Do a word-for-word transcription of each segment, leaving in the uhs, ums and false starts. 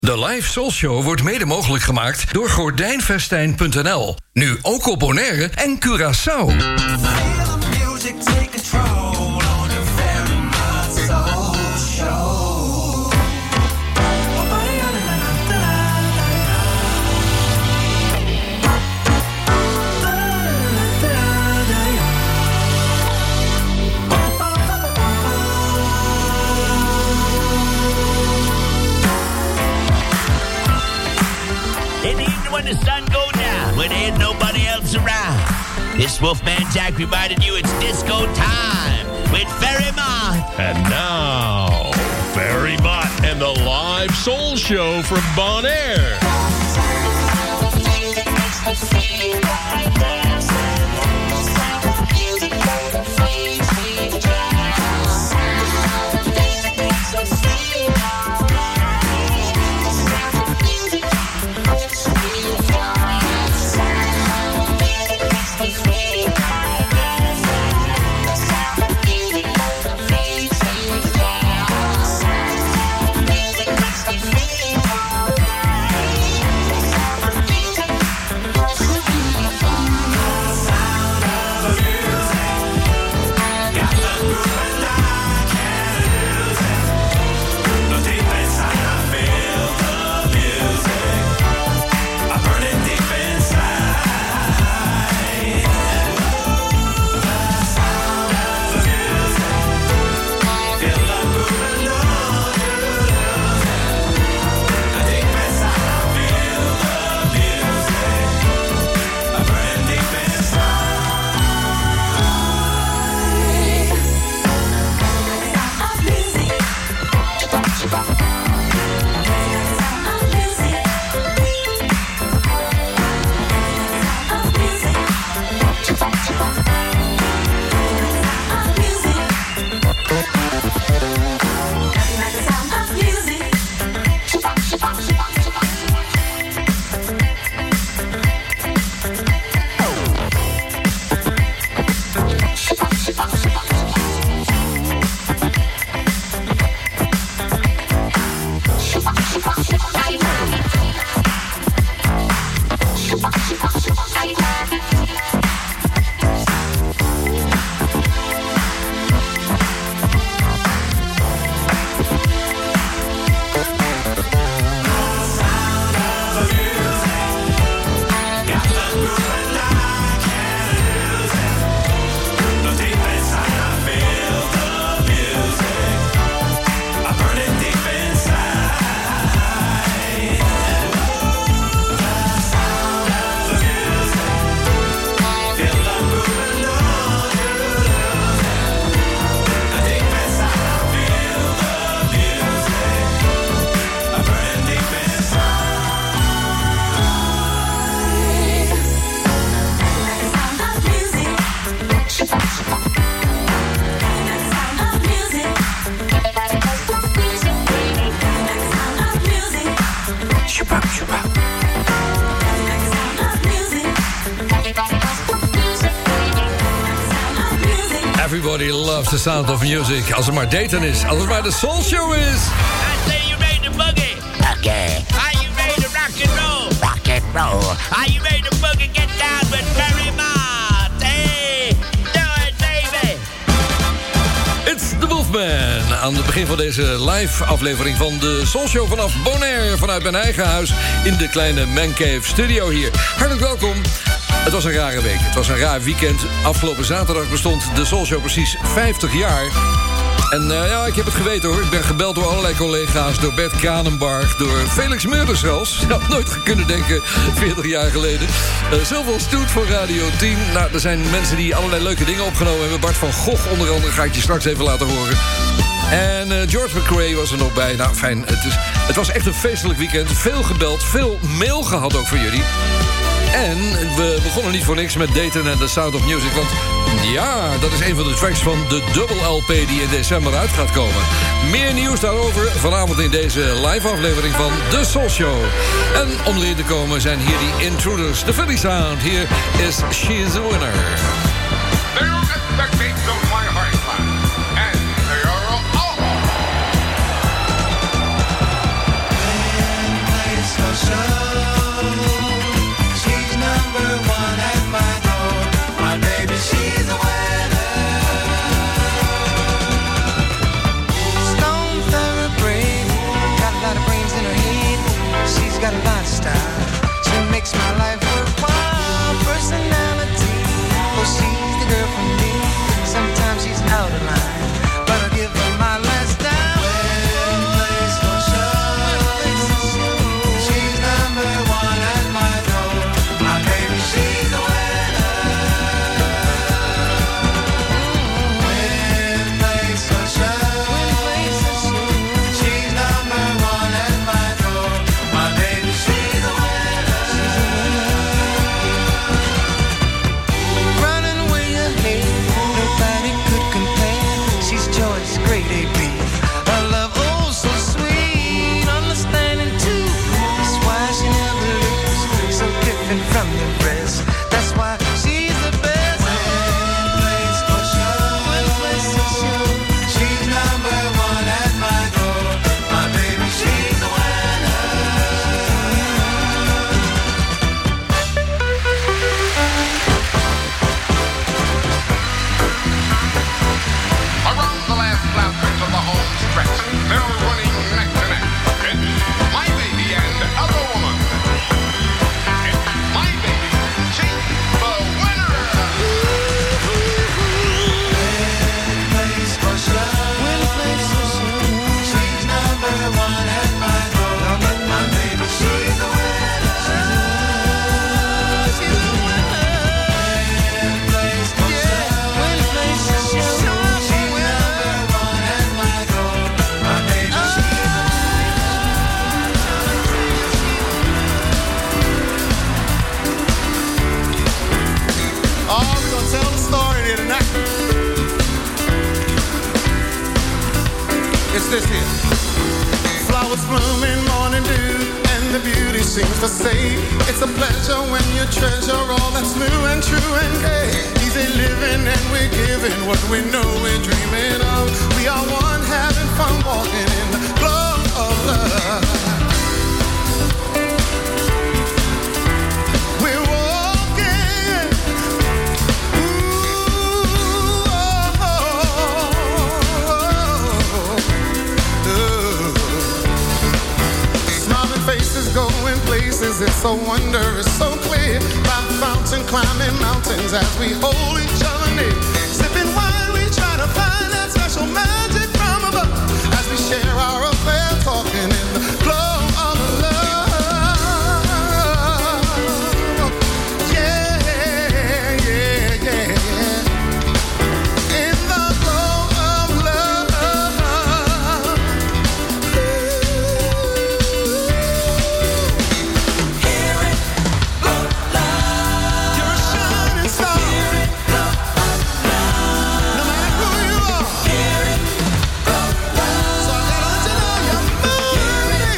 De Live Soul Show wordt mede mogelijk gemaakt door gordijnvestijn punt n l. Nu ook op Bonaire en Curaçao. The sun go down when there ain't nobody else around. This Wolfman Jack reminded you it's disco time with Ferry Mott. And now, Ferry Mott and the Live Soul Show from Bonaire. Everybody loves the sound of music. Als het maar Dayton is. Als het maar de Soul Show is. I say you ready to boogie? Okay. Are you ready to rock and roll? Rock and roll. Are you ready to boogie? Get down with Ferry Mott. Hey, do it, baby. It's the Wolfman. Aan het begin van deze live aflevering van de Soul Show vanaf Bonaire. Vanuit mijn eigen huis in de kleine Mancave studio hier. Hartelijk welkom. Het was een rare week. Het was een raar weekend. Afgelopen zaterdag bestond de Soul Show precies vijftig jaar. En uh, ja, ik heb het geweten hoor. Ik ben gebeld door allerlei collega's. Door Bert Kranenbarg, door Felix Meurders zelfs. Ik had nooit kunnen denken, veertig jaar geleden. Uh, zoveel stoet voor Radio tien. Nou, er zijn mensen die allerlei leuke dingen opgenomen hebben. Bart van Gogh onder andere ga ik je straks even laten horen. En uh, George McRae was er nog bij. Nou, fijn. Het, is, het was echt een feestelijk weekend. Veel gebeld, veel mail gehad ook voor jullie. En we begonnen niet voor niks met Dayton en The Sound of Music. Want ja, dat is een van de tracks van de dubbel L P die in december uit gaat komen. Meer nieuws daarover vanavond in deze live aflevering van The Soul Show. En om erin te komen zijn hier die intruders. De Philly Sound. Hier is She's a Winner. seems to say it's a pleasure when you treasure all that's new and true and gay. Easy living and we're giving what we know we're dreaming of. We are one having fun walking in the glow of love. We're walking, ooh, oh, oh, oh, oh. Smiling faces going places, it's so wondrous, so clear. By fountain climbing mountains as we hold each other near. Sipping wine, we try to find that special magic from above. As we share our affair, talking in the glow of love. Yeah, yeah, yeah, yeah. In the glow of love. Hear it, glow love. You're a shining star. Hear it, glow love. No matter who you are. Hear it, glow love. So I gotta let you know you're moving.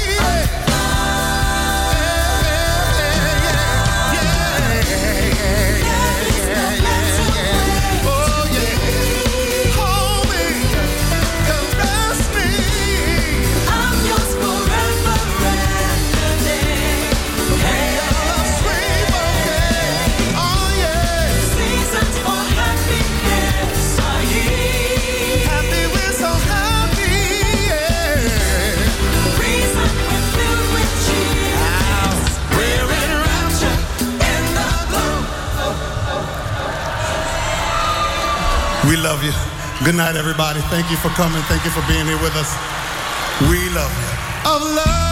Oh yeah, hold me, caress me. I'm yours forever and a day. Hey, Love sweet bouquet. Oh yeah, seasons for happiness are here. happy we're so happy. Yeah. Reason we're filled with cheer. We're in rapture In the glow. We love you. Good night, everybody. Thank you for coming. Thank you for being here with us. We love you. Of love.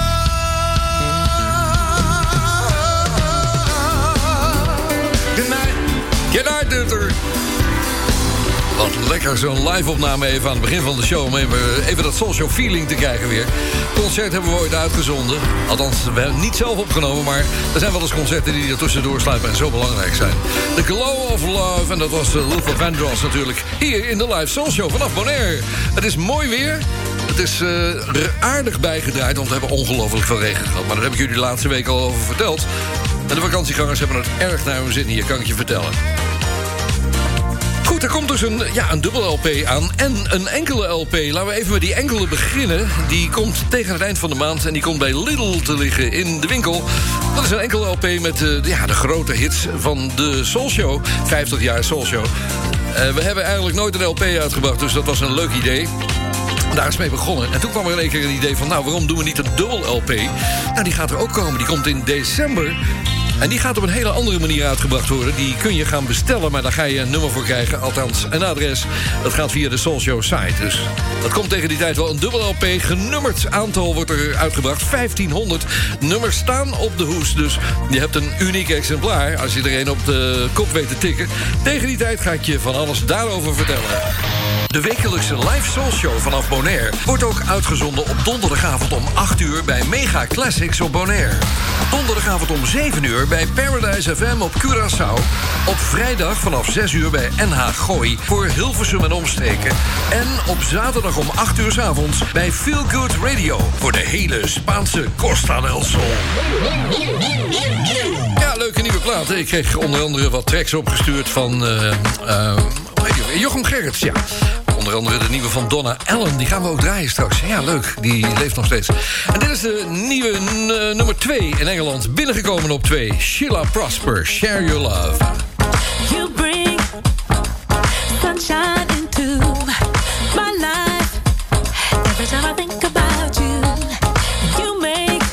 Good night. Good night, Dutter. Wat lekker, zo'n live-opname even aan het begin van de show... om even, even dat Soul Show feeling te krijgen weer. Concert hebben we ooit uitgezonden. Althans, we hebben het niet zelf opgenomen... maar er zijn wel eens concerten die er tussendoor sluipen... en zo belangrijk zijn. The Glow of Love, en dat was uh, Luther Vandross natuurlijk... hier in de live Soul Show vanaf Bonaire. Het is mooi weer. Het is uh, er aardig bijgedraaid, want we hebben ongelooflijk veel regen gehad. Maar daar heb ik jullie de laatste week al over verteld. En de vakantiegangers hebben het erg naar hun zin hier, kan ik je vertellen. Goed, er komt dus een, ja, een dubbel L P aan en een enkele L P. Laten we even met die enkele beginnen. Die komt tegen het eind van de maand en die komt bij Lidl te liggen in de winkel. Dat is een enkele L P met uh, ja, de grote hits van de Soul Show. vijftig jaar Soul Show. Uh, we hebben eigenlijk nooit een L P uitgebracht, dus dat was een leuk idee. Daar is mee begonnen. En toen kwam er in één keer een idee van... nou, waarom doen we niet een dubbel L P? Nou, die gaat er ook komen. Die komt in december. En die gaat op een hele andere manier uitgebracht worden. Die kun je gaan bestellen, maar daar ga je een nummer voor krijgen. Althans, een adres. Dat gaat via de Soul Show site. Dus dat komt tegen die tijd wel een dubbel L P. Genummerd aantal wordt er uitgebracht. vijftienhonderd nummers staan op de hoes. Dus je hebt een uniek exemplaar... als je er een op de kop weet te tikken. Tegen die tijd ga ik je van alles daarover vertellen. De wekelijkse live Soul Show vanaf Bonaire wordt ook uitgezonden op donderdagavond om acht uur bij Mega Classics op Bonaire. Donderdagavond om zeven uur bij Paradise F M op Curaçao. Op vrijdag vanaf zes uur bij N H Gooi voor Hilversum en omstreken. En op zaterdag om acht uur 's avonds bij Feel Good Radio voor de hele Spaanse Costa del Sol. Ja, leuke nieuwe platen. Ik kreeg onder andere wat tracks opgestuurd van uh, uh, Jochem Gerrits, ja. Onder andere de nieuwe van Donna Allen. Die gaan we ook draaien straks. Ja, leuk. Die leeft nog steeds. En dit is de nieuwe uh, nummer twee in Engeland. Binnengekomen op twee. Sheila Prosper, Share Your Love. You bring sunshine into my life. Every time I think about you, you make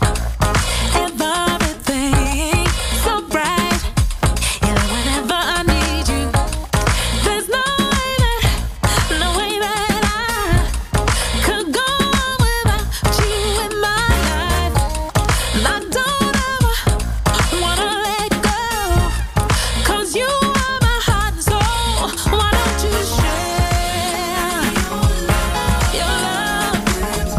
everything so bright. And whenever I need you, there's no way that, no way that I could go on without you in my life. And I don't ever wanna let go, 'cause you are my heart and soul. Why don't you share your love?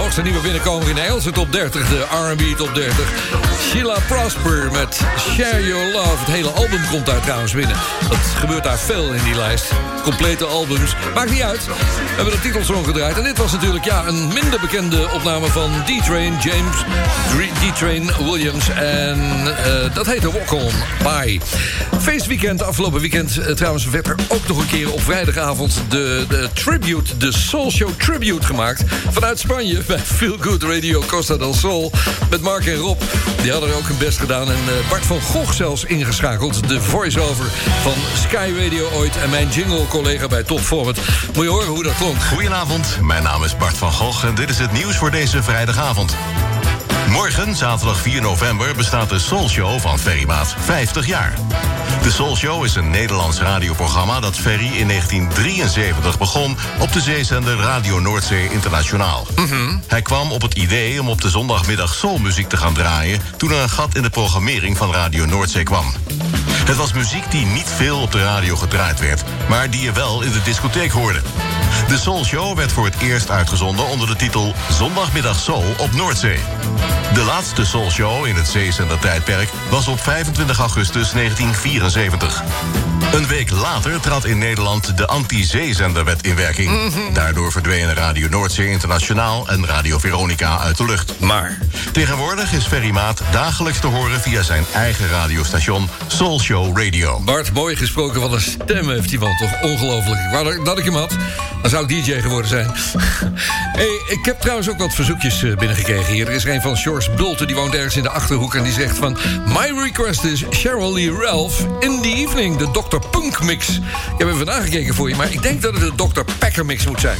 hoogste nieuwe binnenkomer in de Engelse top dertig. De R en B top dertig. Sheila Prosper met Share Your Love. Het hele album komt daar trouwens binnen. Dat gebeurt daar veel in die lijst. Complete albums. Maakt niet uit. We hebben de titelsong gedraaid. En dit was natuurlijk ja, een minder bekende opname van D-Train, James D-Train Williams. En uh, dat heette Walk On By. Feestweekend, afgelopen weekend. Uh, trouwens werd er ook nog een keer op vrijdagavond de, de tribute, de Soul Show Tribute gemaakt. Vanuit Spanje bij Feel Good Radio Costa del Sol. Met Mark en Rob. Die hadden er ook hun best gedaan. En uh, Bart van Gogh zelfs ingeschakeld. De voice-over van Sky Radio ooit. En mijn jingle-collega bij Top Format. Moet je horen hoe dat klonk. Goedenavond, mijn naam is Bart van Gogh en dit is het nieuws voor deze vrijdagavond. Morgen, zaterdag vier november, bestaat de Soul Show van Ferry Maat vijftig jaar. De Soul Show is een Nederlands radioprogramma dat Ferry in negentien drieënzeventig begon op de zeezender Radio Noordzee Internationaal. Mm-hmm. Hij kwam op het idee om op de zondagmiddag soulmuziek te gaan draaien toen er een gat in de programmering van Radio Noordzee kwam. Het was muziek die niet veel op de radio gedraaid werd, maar die je wel in de discotheek hoorde. De Soul Show werd voor het eerst uitgezonden onder de titel Zondagmiddag Soul op Noordzee. De laatste Soul Show in het zeezendertijdperk was op vijfentwintig augustus negentien vierenzeventig. Een week later trad in Nederland de anti-zeezenderwet in werking. Mm-hmm. Daardoor verdwenen Radio Noordzee Internationaal en Radio Veronica uit de lucht. Maar tegenwoordig is Ferry Maat dagelijks te horen via zijn eigen radiostation Soul Show Radio. Bart, mooi gesproken, van een stem heeft die man toch ongelooflijk. Ik wou dat, dat ik hem had, dan zou ik D J geworden zijn. Hey, ik heb trouwens ook wat verzoekjes binnengekregen hier. Er is er een van George Bulten, die woont ergens in de Achterhoek en die zegt van: My request is Cheryl Lee Ralph in the evening, de dokter Punk mix. Ik heb even nagekeken voor je, maar ik denk dat het de dokter Packer mix moet zijn.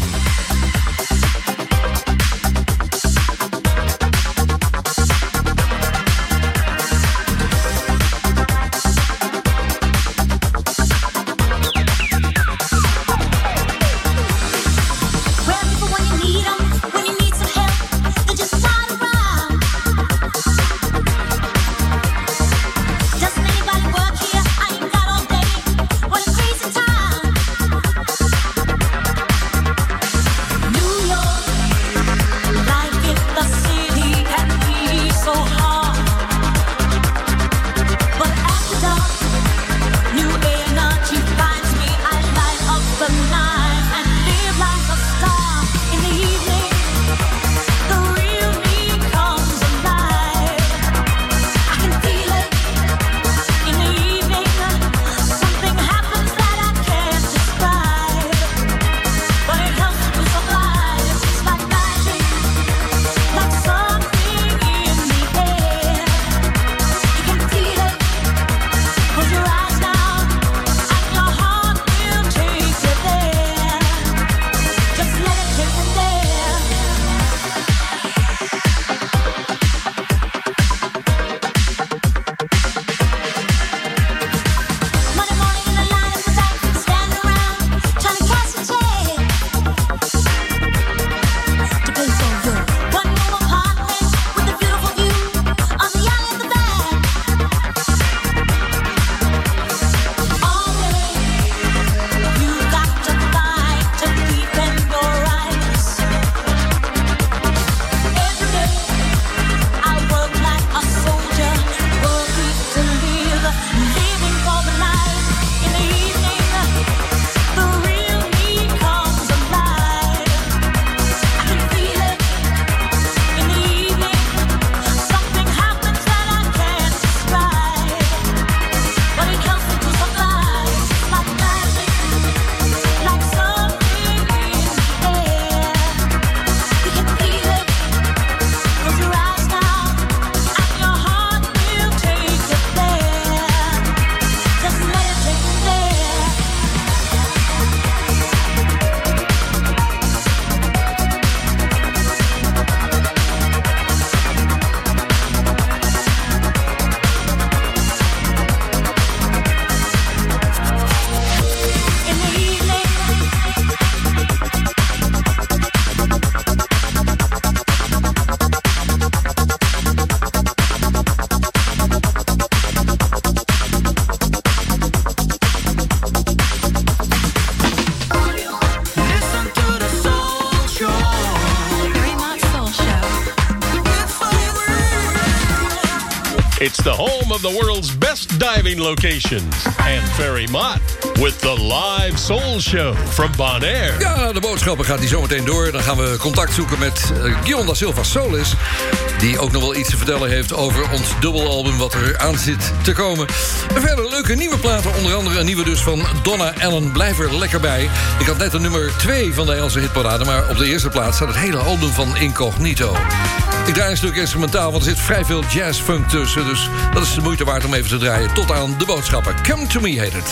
It's the home of the world's best diving locations. And Ferry Mott with the live soul show from Bonaire. Ja, de boodschappen gaat die zometeen door. Dan gaan we contact zoeken met uh, Guion da Silva Solis, die ook nog wel iets te vertellen heeft over ons dubbelalbum wat er aan zit te komen. En verder leuke nieuwe platen, onder andere een nieuwe dus van Donna Allen. Blijf er lekker bij. Ik had net de nummer twee van de Engelse hitparade, maar op de eerste plaats staat het hele album van Incognito. Ik draai een stuk instrumentaal, want er zit vrij veel jazz-funk tussen, dus dat is de moeite waard om even te draaien. Tot aan de boodschappen. Come to me heet het.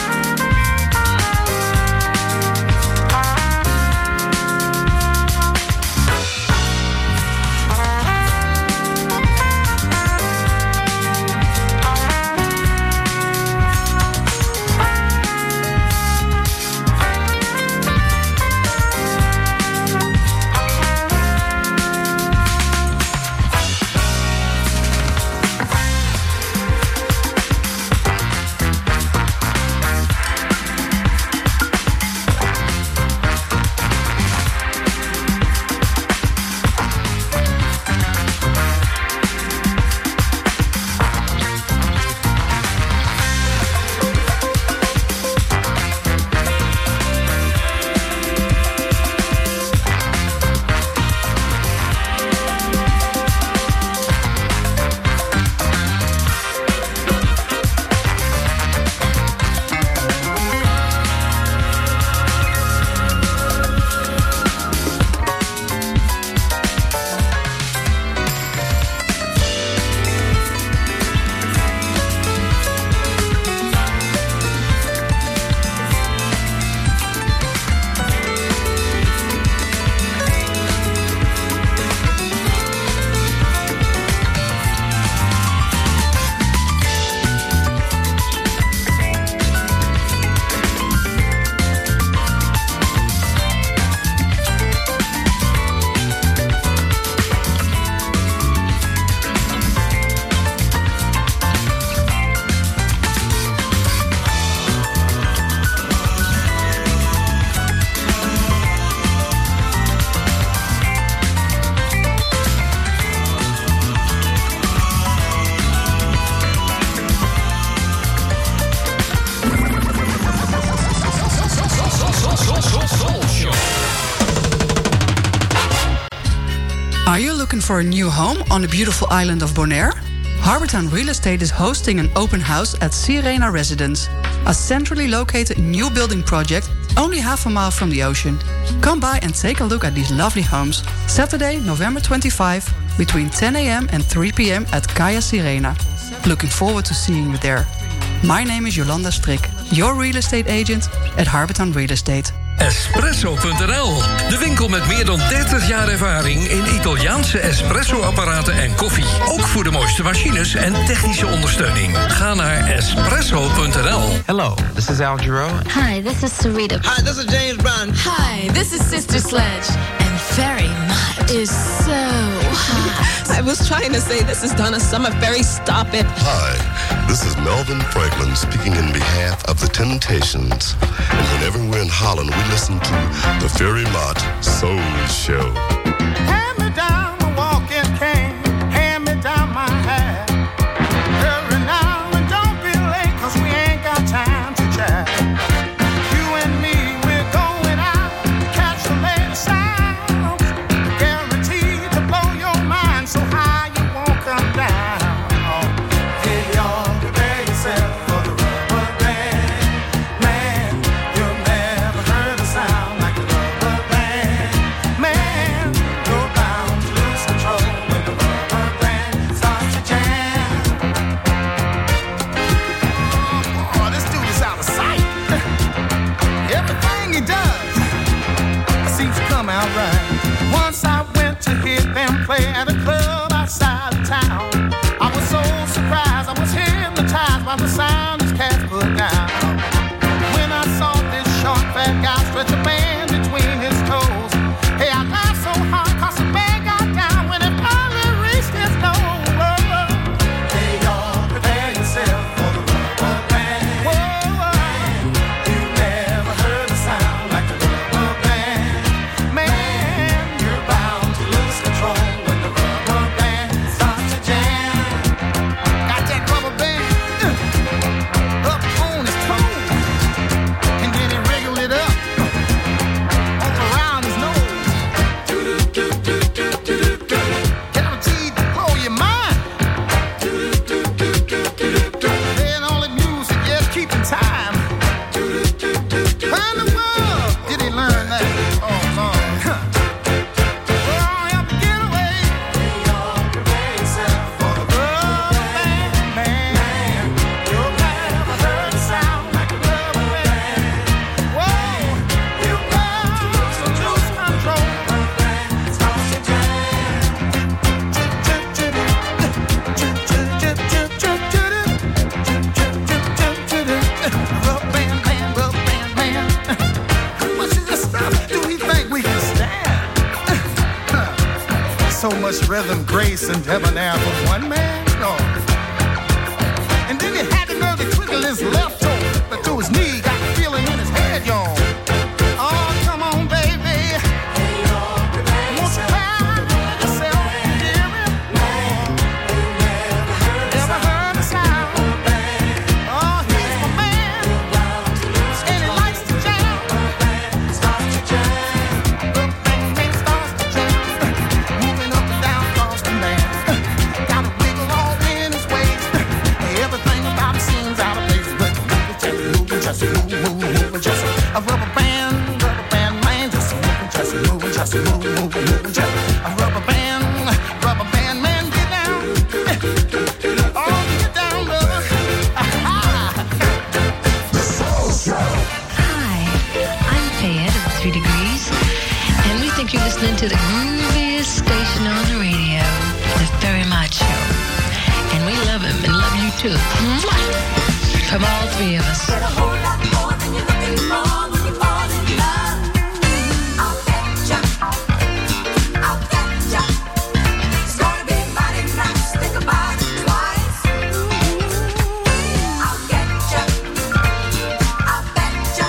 Are you looking for a new home on the beautiful island of Bonaire? Harbortown Real Estate is hosting an open house at Sirena Residence, a centrally located new building project only half a mile from the ocean. Come by and take a look at these lovely homes. Saturday, November twenty-fifth, between ten a.m. and three p.m. at Kaya Sirena. Looking forward to seeing you there. My name is Jolanda Strik, your real estate agent at Harbortown Real Estate. Espresso punt n l, de winkel met meer dan dertig jaar ervaring in Italiaanse espresso-apparaten en koffie. Ook voor de mooiste machines en technische ondersteuning. Ga naar espresso punt n l. Hello, this is Al Giro. Hi, this is Sarita. Hi, this is James Brown. Hi, this is Sister Sledge. And Ferry Mott is so hot. I was trying to say this is Donna Summer. Ferry, stop it. Hi, this is Melvin Franklin speaking in behalf of the Temptations. And whenever we're in Holland, we listen to the Ferry Mott Soul Show. Hand me down the walking cane, hand me down my hat. Hurry now and don't be late, cause we ain't got time to chat. You and me, we're going out to catch the latest sounds. Guaranteed to blow your mind so high you won't come down. Hey y'all, prepare yourself for the rubber band. Man, you've never heard a sound like a rubber band. Man, you're bound to lose control when the rubber band starts to jam. Oh, this dude is out of sight. Everything he does seems to come out right. Once I went to hear them play at a club outside of town. I was so surprised, I was hypnotized by the sound his cats put down. When I saw this short fat guy stretch a band between his toes, hey, I laughed so hard cause the band got down when it finally reached his nose. Hey y'all, prepare yourself for the rubber band. Whoa, you never heard a sound like the rubber band. Man, you're bound to lose control when the rubber band so much rhythm, grace, and debonair for one man? No. And then he had the nerve to twiddle his left toe, but to his knee, got the feeling in his head, y'all. Oh, come on, baby. Won't you cry yourself, hear me? Never heard a sound. Oh, he's my man, and he likes to jam. Starts to jam. The bang bang starts to jam. Moving up and down across the land. Got a wiggle all in his waist. Everything about him seems out of place. But moving, just moving, moving, moving, just a rubber band, rubber band man, just moving, just moving, just moving, moving, moving, just a rubber band, rubber band man, get down, oh get down, brother. The Soul Show. Hi, I'm Fayette of Three Degrees, and we think you're listening to the grooviest station on the radio, the Ferry Mott Show. And we love him and love you too. Mwah! From all three of us. Get a whole lot more than you're looking for when you fall in love. I'll betcha, I'll betcha. It's gonna be mighty nice. Think about it twice. I'll getcha, I'll betcha.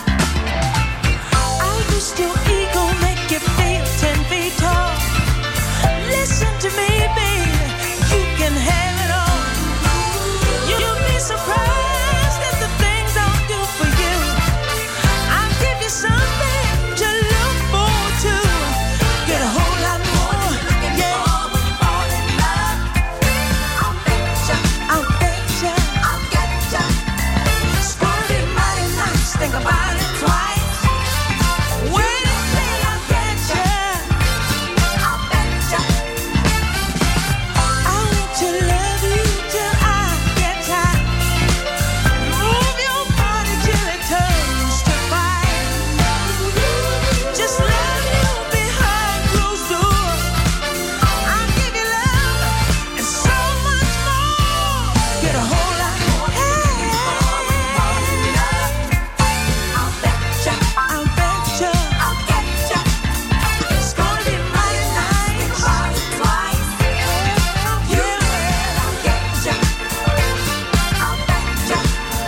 I'll boost your ego, make you feel ten feet tall. Listen to me, baby, you can have it all. You'll be surprised at the things I'll do for you. I'll give you something to look forward to. Get a whole lot more, yeah. I'll betcha, I'll betcha. I'll getcha. It's gonna be mighty nice. Think about it twice. When I say I'll betcha, I'll betcha. I want to love you till I get tired. Move your body till it turns to fire. Just love you behind closed doors. I'll give you love and so much more. Get a whole lot more. I'll betcha, I'll betcha. I'll getcha. It's gonna be mighty nice. Think about it twice. You will, I'll getcha, I'll betcha.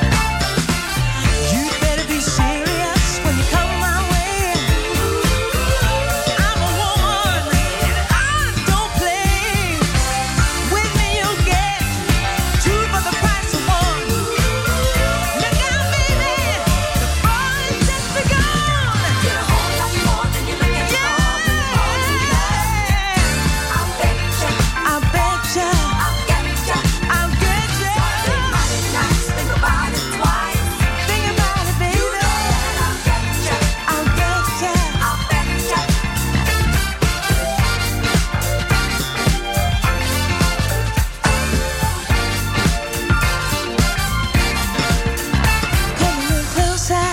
You better be serious when you come my way. I'm a woman and I don't play. With me you'll get two for the price of one. Look out, baby, the fun has just begun. Get a whole lot more than you're looking for when you fall in love. I'll betcha, I betcha, I'll getcha. I'll get you. Mighty nice. Think about it twice. Think about it, baby. I'll getcha, I'll get you. I'll betcha. Come a little closer.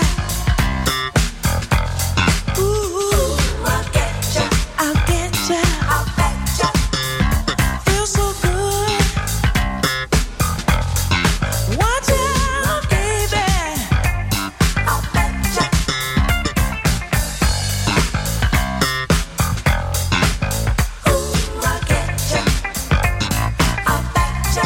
Ooh, I'll getcha, I'll get you. I'll betcha. Feels so good. Watch out, baby. I'll betcha. Ooh, I'll getcha, I'll betcha.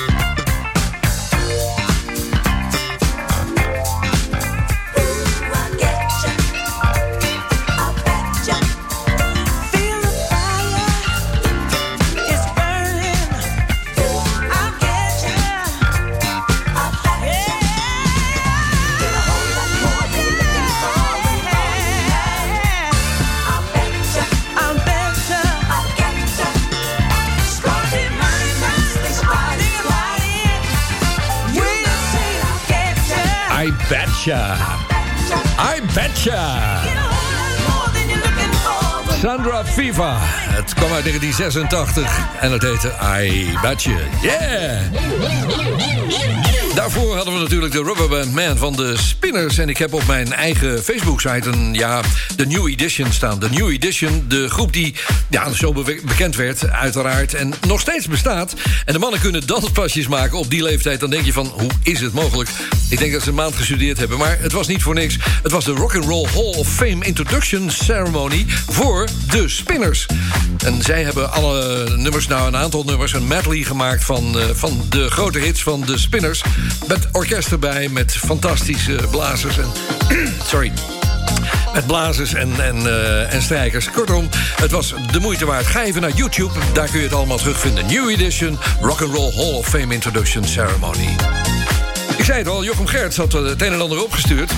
Ooh, I'll getcha, I'll betcha. Feel the fire. It's burning. I'll get you. I'll betcha. Get a whole lot more than you're looking for when you fall in love. I'll betcha, I'll bet you. I'll getcha. It's gonna be mighty nice. Think about it twice. You know, say I'll getcha, I betcha. I betcha. get a whole lot more than you're looking for when Sandra Viva. Het kwam uit negentien zesentachtig en het heette I Betcha. Yeah! Daarvoor hadden we natuurlijk de Rubberband Man van de Spinners. En ik heb op mijn eigen Facebook-site een, ja, de New Edition staan. De New Edition, de groep die ja, zo be- bekend werd, uiteraard. En nog steeds bestaat. En de mannen kunnen danspasjes maken op die leeftijd. Dan denk je van, hoe is het mogelijk? Ik denk dat ze een maand gestudeerd hebben. Maar het was niet voor niks. Het was de Rock and Roll Hall of Fame Introduction Ceremony voor de Spinners. En zij hebben alle nummers, nou een aantal nummers... een medley gemaakt van, uh, van de grote hits van de Spinners. Met orkest erbij, met fantastische blazers en... sorry... Met blazers en, en, uh, en strijkers. Kortom, het was de moeite waard. Ga even naar YouTube, daar kun je het allemaal terugvinden. New Edition, Rock'n'Roll Hall of Fame Introduction Ceremony. Ik zei het al, Jochem Gerts had het een en ander opgestuurd.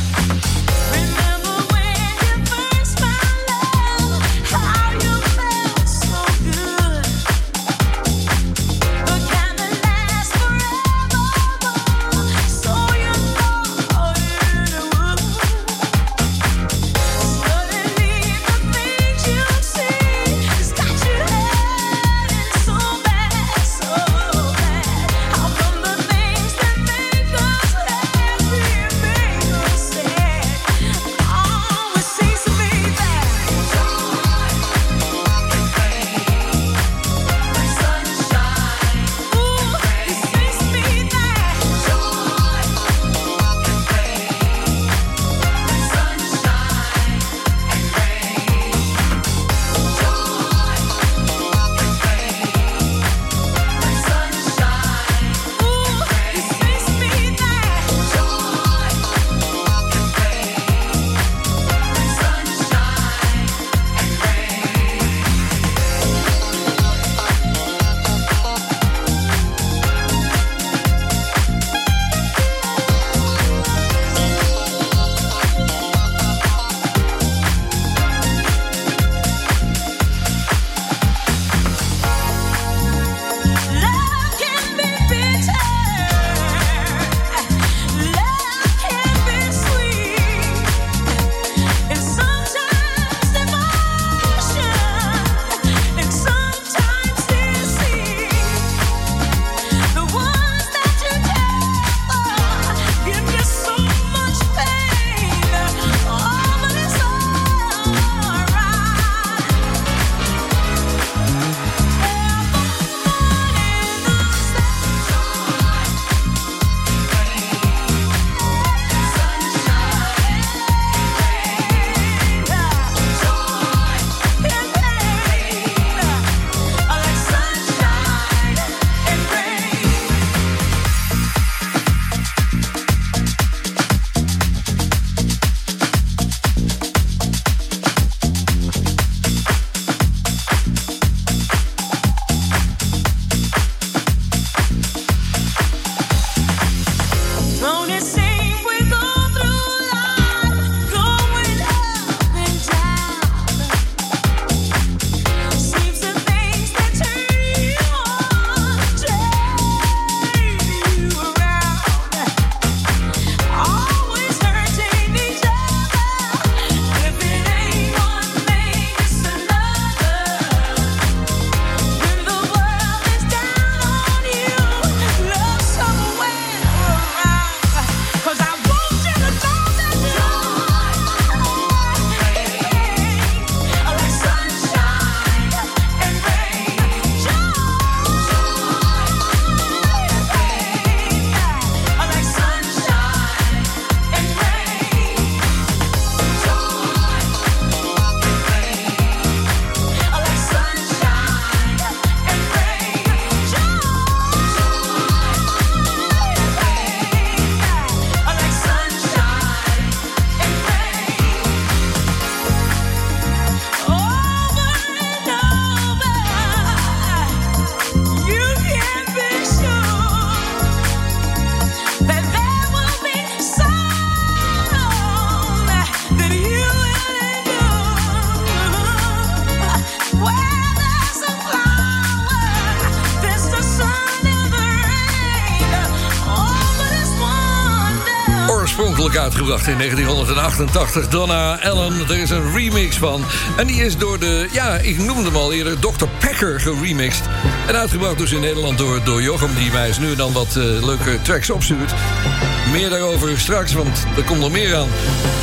Uitgebracht in negentien achtentachtig. Donna Allen, er is een remix van. En die is door de, ja, ik noemde hem al eerder, dokter Packer geremixed. En uitgebracht dus in Nederland door, door Jochem, die mij eens nu en dan wat uh, leuke tracks opstuurt. Meer daarover straks, want er komt nog meer aan.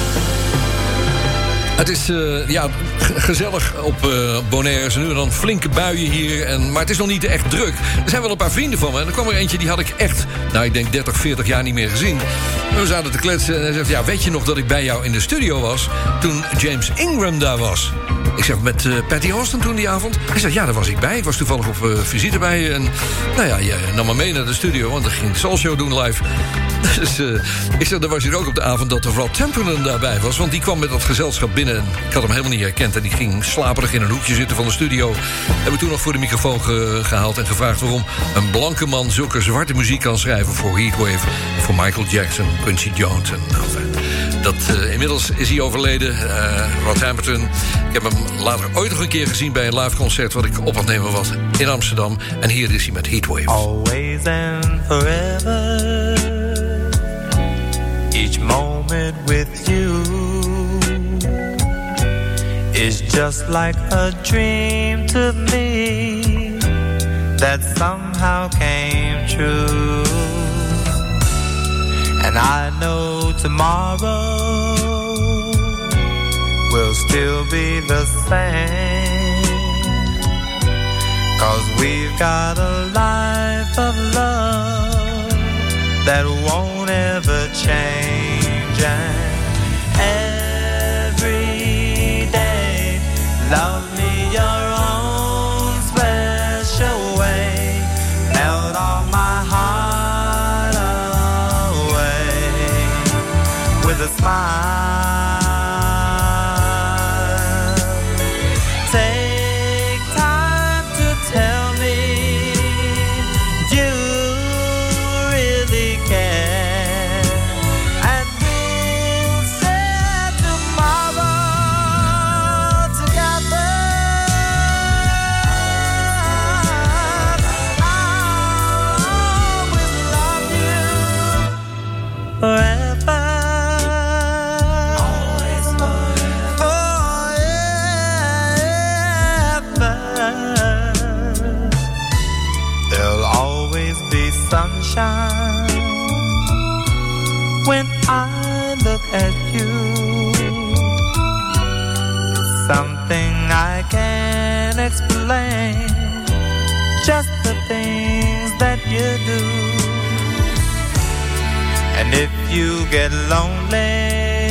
Het is uh, ja, g- gezellig op uh, Bonaire. Er zijn nu en dan flinke buien hier. En, maar het is nog niet echt druk. Er zijn wel een paar vrienden van me. En er kwam er eentje, die had ik echt, nou ik denk dertig, veertig jaar niet meer gezien. En we zaten te kletsen en hij zegt, ja, weet je nog dat ik bij jou in de studio was toen James Ingram daar was? Ik zeg, met uh, Patty Austin toen die avond? Hij zegt, ja, daar was ik bij. Ik was toevallig op uh, visite bij je. En nou ja, je nam me mee naar de studio, want ik ging de Soul Show doen live. Dus uh, ik zeg, dan was hij ook op de avond dat de Rod Temperton daarbij was. Want die kwam met dat gezelschap binnen. En ik had hem helemaal niet herkend. En die ging slaperig in een hoekje zitten van de studio. Hebben we toen nog voor de microfoon ge- gehaald en gevraagd waarom een blanke man zulke zwarte muziek kan schrijven voor Heatwave, voor Michael Jackson, Quincy Jones. En, nou, dat, uh, inmiddels is hij overleden, uh, Rod Temperton. Ik heb hem later ooit nog een keer gezien bij een live concert wat ik op aan het nemen was in Amsterdam. En hier is hij met Heatwave. Always and forever, each moment with you is just like a dream to me that somehow came true. And I know tomorrow will still be the same, 'cause we've got a life of love that won't ever change. And every day, love me your own special way, melt all my heart away with a smile. Take time to tell me you really care, and we'll share tomorrow together. I'll always love you forever. Always forever. There'll always be sunshine when I look at you. Something I can't explain, just the things that you do. And if you get lonely,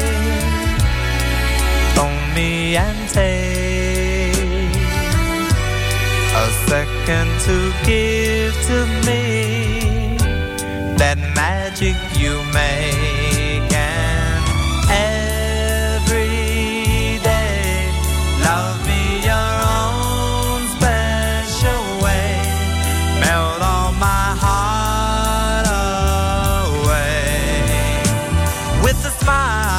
phone me and take a second to give to me that magic you make. And every day, love me your own special way, melt all my heart away with a smile.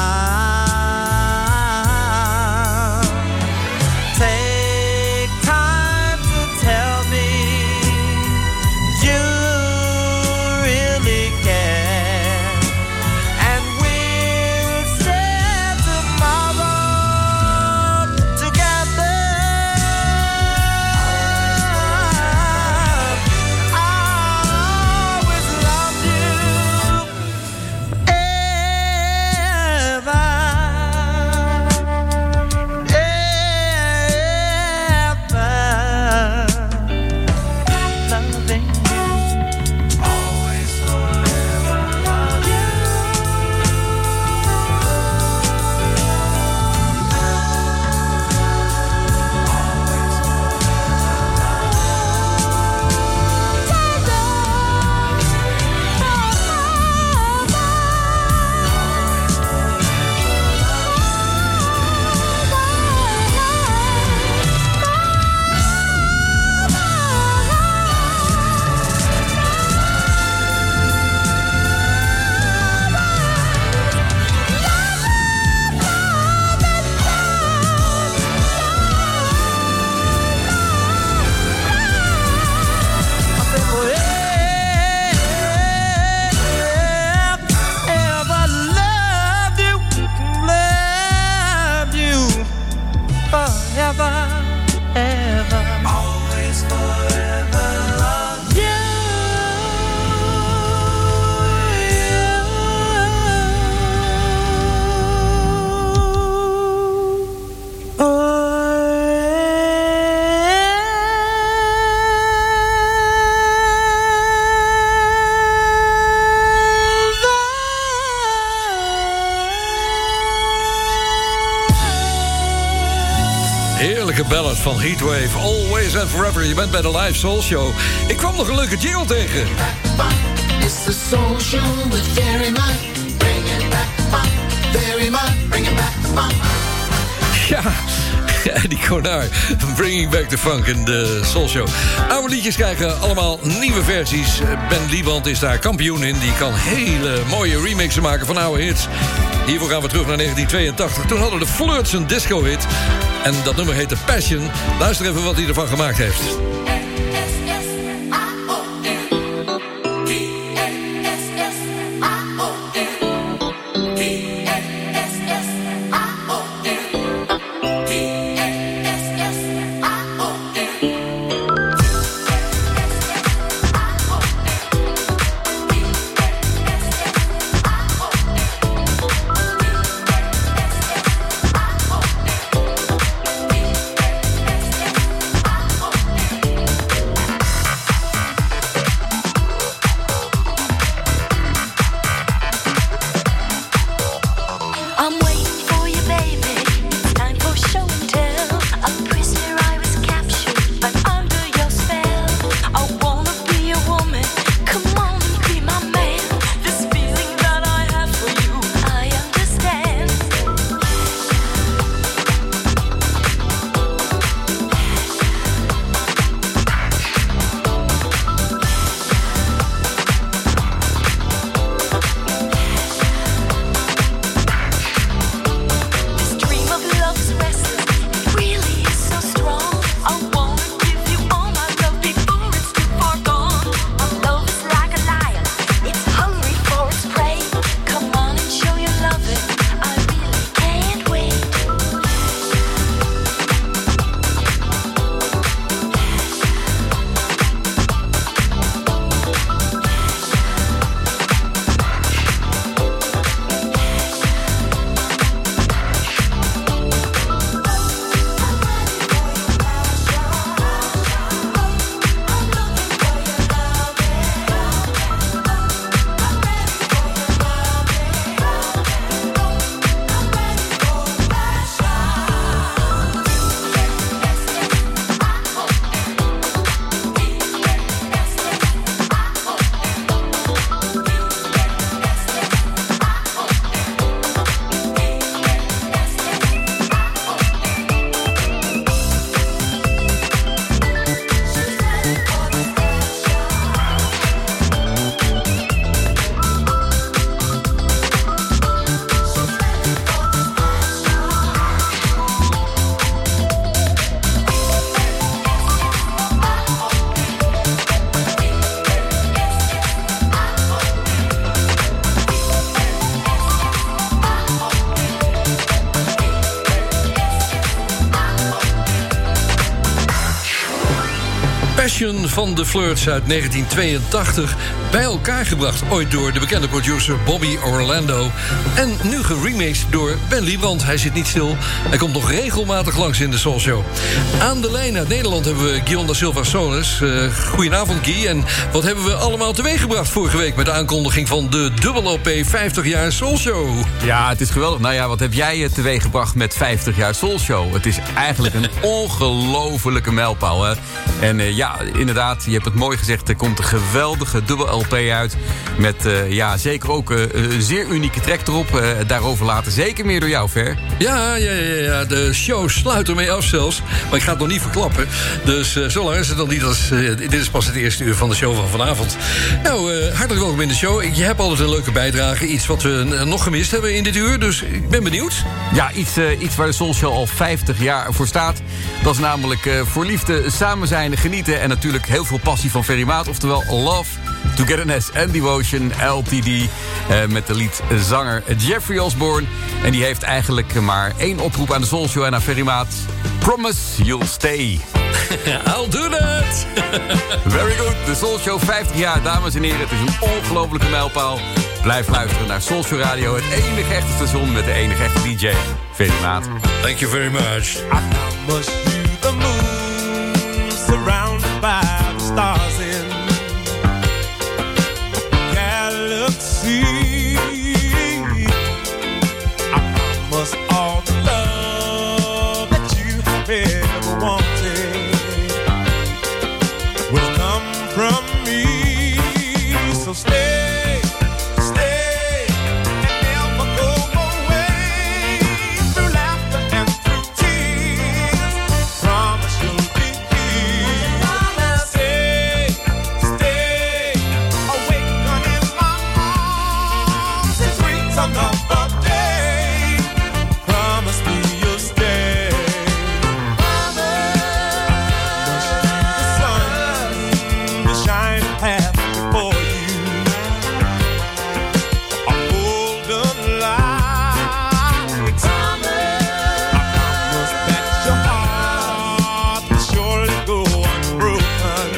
Take time to tell me you really care, ballad van Heatwave. Always and Forever. Je bent bij de Live Soul Show. Ik kwam nog een leuke jingle tegen. It's the Soul Show with Ferry Mott. Bring it back to funk. Ferry Mott, bring it back to funk. Ja, Eddie Konar, Bringing Back the Funk in de Soul Show. Oude liedjes krijgen allemaal nieuwe versies. Ben Lieband is daar kampioen in. Die kan hele mooie remixen maken van oude hits. Hiervoor gaan we terug naar negentien tweeëntachtig. Toen hadden de Flirts een disco-hit. En dat nummer heette Passion. Luister even wat hij ervan gemaakt heeft. Van de Flirts uit negentien tweeëntachtig bij elkaar gebracht. Ooit door de bekende producer Bobby Orlando. En nu geremixed door Ben Lieband. Hij zit niet stil. Hij komt nog regelmatig langs in de Soul Show. Aan de lijn uit Nederland hebben we Guion da Silva Solis. Uh, goedenavond, Guy. En wat hebben we allemaal teweeggebracht vorige week met de aankondiging van de dubbel L P vijftig jaar Soul Show? Ja, het is geweldig. Nou ja, wat heb jij teweeggebracht met vijftig jaar Soul Show? Het is eigenlijk een ongelofelijke mijlpaal, hè? En uh, ja, inderdaad, je hebt het mooi gezegd. Er komt een geweldige dubbel L P uit. Met uh, ja, zeker ook uh, een zeer unieke track erop. Uh, daarover later zeker meer door jou, Ver. Ja, ja, ja, ja, de show sluit ermee af zelfs. Maar ik ga het nog niet verklappen. Dus uh, zo lang is het nog niet. Als, uh, dit is pas het eerste uur van de show van vanavond. Nou, uh, hartelijk welkom in de show. Je hebt altijd een leuke bijdrage. Iets wat we uh, nog gemist hebben in dit uur. Dus ik ben benieuwd. Ja, iets, uh, iets waar de Soul Show al vijftig jaar voor staat. Dat is namelijk uh, voor liefde, samen zijn, genieten... en natuurlijk heel veel passie van Ferry Maat. Oftewel Love, Togetherness and Devotion, L T D... Uh, met de liedzanger Jeffrey Osborne. En die heeft eigenlijk maar één oproep aan de Soul Show en aan Ferry Maat. Promise you'll stay. I'll do that. Very good. De Soul Show vijftig jaar, dames en heren. Het is een ongelofelijke mijlpaal. Blijf luisteren naar Soul Show Radio. Het enige echte station met de enige echte D J. Ferry Maat. Thank you very much. I promise you the moon, surrounded by the stars in galaxy. I promise all the love that you have ever wanted. from me. So stay, stay, and never go away. Through laughter and through tears, promise you'll be here. Stay, stay, awaken in my arms and greet another day. Promise me you'll stay. The sun will shine past before you. A golden light. I promise that your heart will surely go unbroken.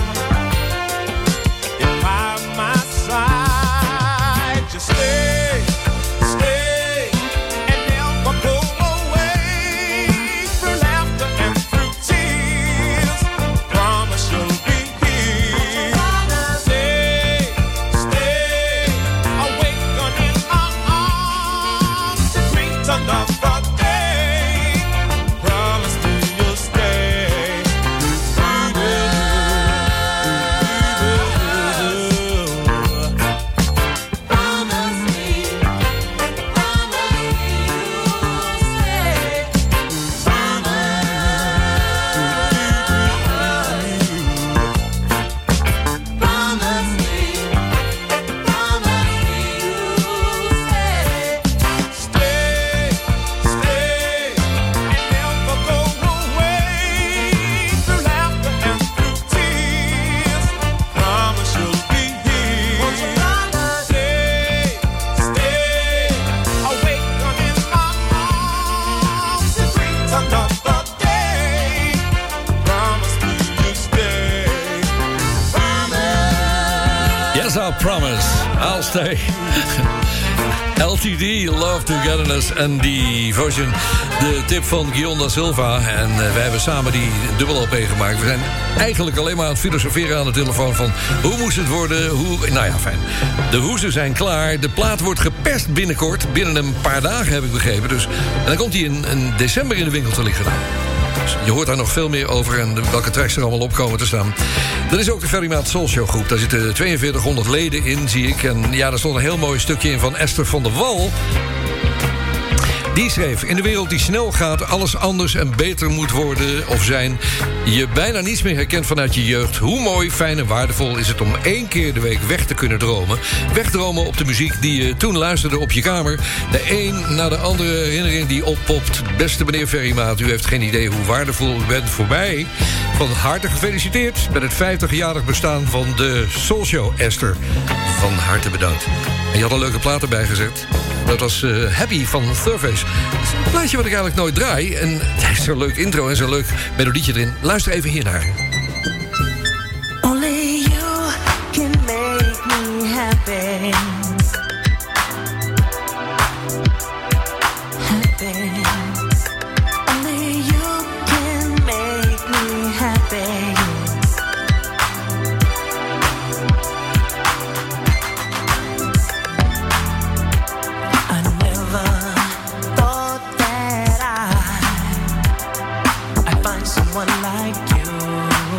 If by my side, just stay, stay, and never go away. Through laughter and through tears, promise you'll be here. Stay, stay, awaken in my arms to greet another day. Promise me you'll stay. Promise me, promise me you'll stay. Promise me, promise me you'll stay. Stay, stay, and never go away. Through laughter and through tears, promise you'll be here. Stay, stay, awaken in my arms and greet another day. Promise me you'll stay. Yes, I promise. I'll stay. L T D, Love Togetherness en Devotion. De tip van Guion da Silva. En uh, wij hebben samen die dubbel L P gemaakt. We zijn eigenlijk alleen maar aan het filosoferen aan de telefoon van hoe moest het worden, hoe... Nou ja, fijn. De hoezen zijn klaar. De plaat wordt geperst binnenkort. Binnen een paar dagen heb ik begrepen. Dus, en dan komt hij in, in december in de winkel te liggen. Dus je hoort daar nog veel meer over en welke tracks er allemaal op komen te staan. Er is ook de Ferry Maat Soul Show groep. Daar zitten tweeënveertighonderd leden in, zie ik. En ja, daar stond een heel mooi stukje in van Esther van der Wal. Die schreef: in de wereld die snel gaat, alles anders en beter moet worden of zijn, je bijna niets meer herkent vanuit je jeugd. Hoe mooi, fijn en waardevol is het om één keer de week weg te kunnen dromen. Wegdromen op de muziek die je toen luisterde op je kamer. De een na de andere herinnering die oppopt. Beste meneer Ferry Maat, u heeft geen idee hoe waardevol u bent voor mij. Van harte gefeliciteerd met het vijftigjarig bestaan van de Soul Show, Esther. Van harte bedankt. En je had een leuke plaat erbij gezet. Dat was uh, Happy van Surface. Dat is een plaatje wat ik eigenlijk nooit draai. En het heeft zo'n leuk intro en zo'n leuk melodietje erin. Luister even hiernaar. Only you can make me happy. Happy. Only you can make me happy. I never thought that I I'd find someone like you.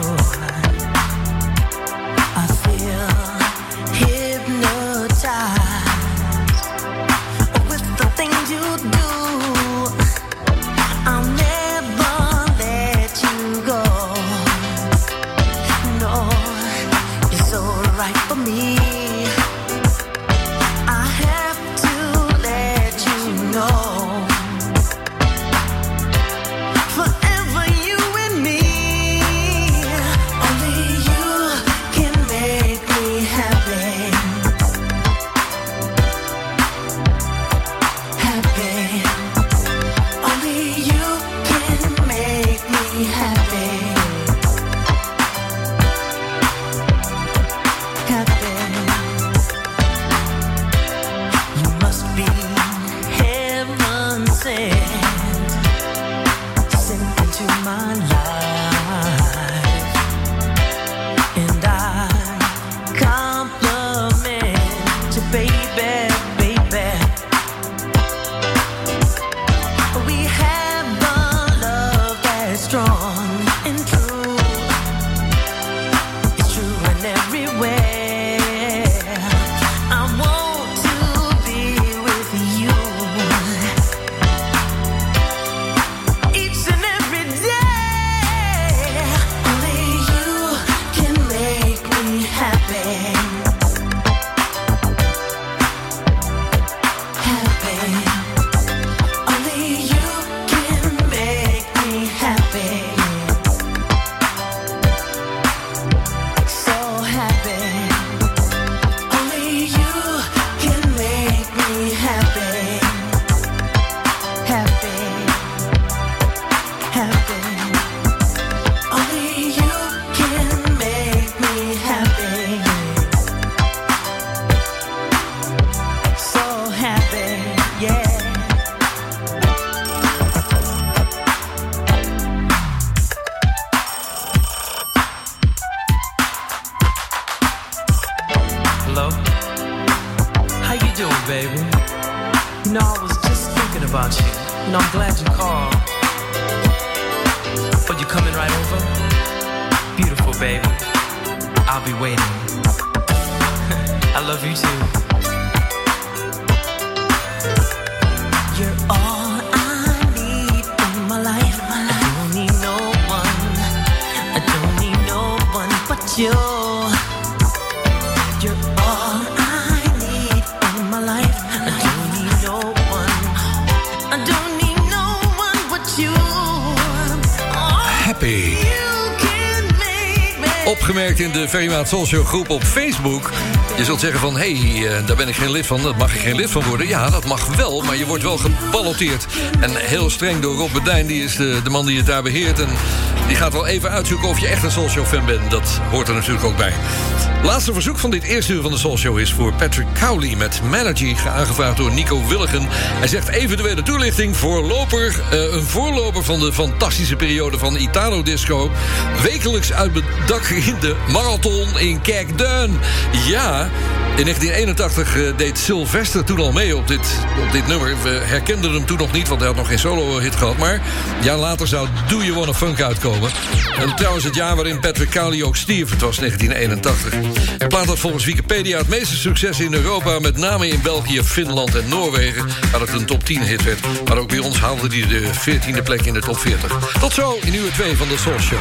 Opgemerkt in de Ferry Maat Soul Show groep op Facebook. Je zult zeggen van, hé, hey, daar ben ik geen lid van. Dat mag je geen lid van worden. Ja, dat mag wel, maar je wordt wel geballoteerd. En heel streng door Rob Bedijn, die is de, de man die het daar beheert. En die gaat wel even uitzoeken of je echt een Soul Show fan bent. Dat hoort er natuurlijk ook bij. Laatste verzoek van dit eerste uur van de Soul Show is voor Patrick Cowley met Managy, aangevraagd door Nico Willigen. Hij zegt eventuele toelichting, voorloper, uh, een voorloper van de fantastische periode van Italo Disco. Wekelijks uit het dak in de marathon in Kerkduin. Ja, in negentien eenentachtig uh, deed Sylvester toen al mee op dit, op dit nummer. We herkenden hem toen nog niet, want hij had nog geen solo-hit gehad. Maar een jaar later zou Do You Wanna Funk uitkomen. En trouwens het jaar waarin Patrick Cowley ook stierf, het was negentien eenentachtig. De plaat had volgens Wikipedia het meeste succes in Europa, met name in België, Finland en Noorwegen, waar het een top tien hit werd. Maar ook bij ons haalde hij de veertiende plek in de top veertig. Tot zo in uur twee van de Soul Show.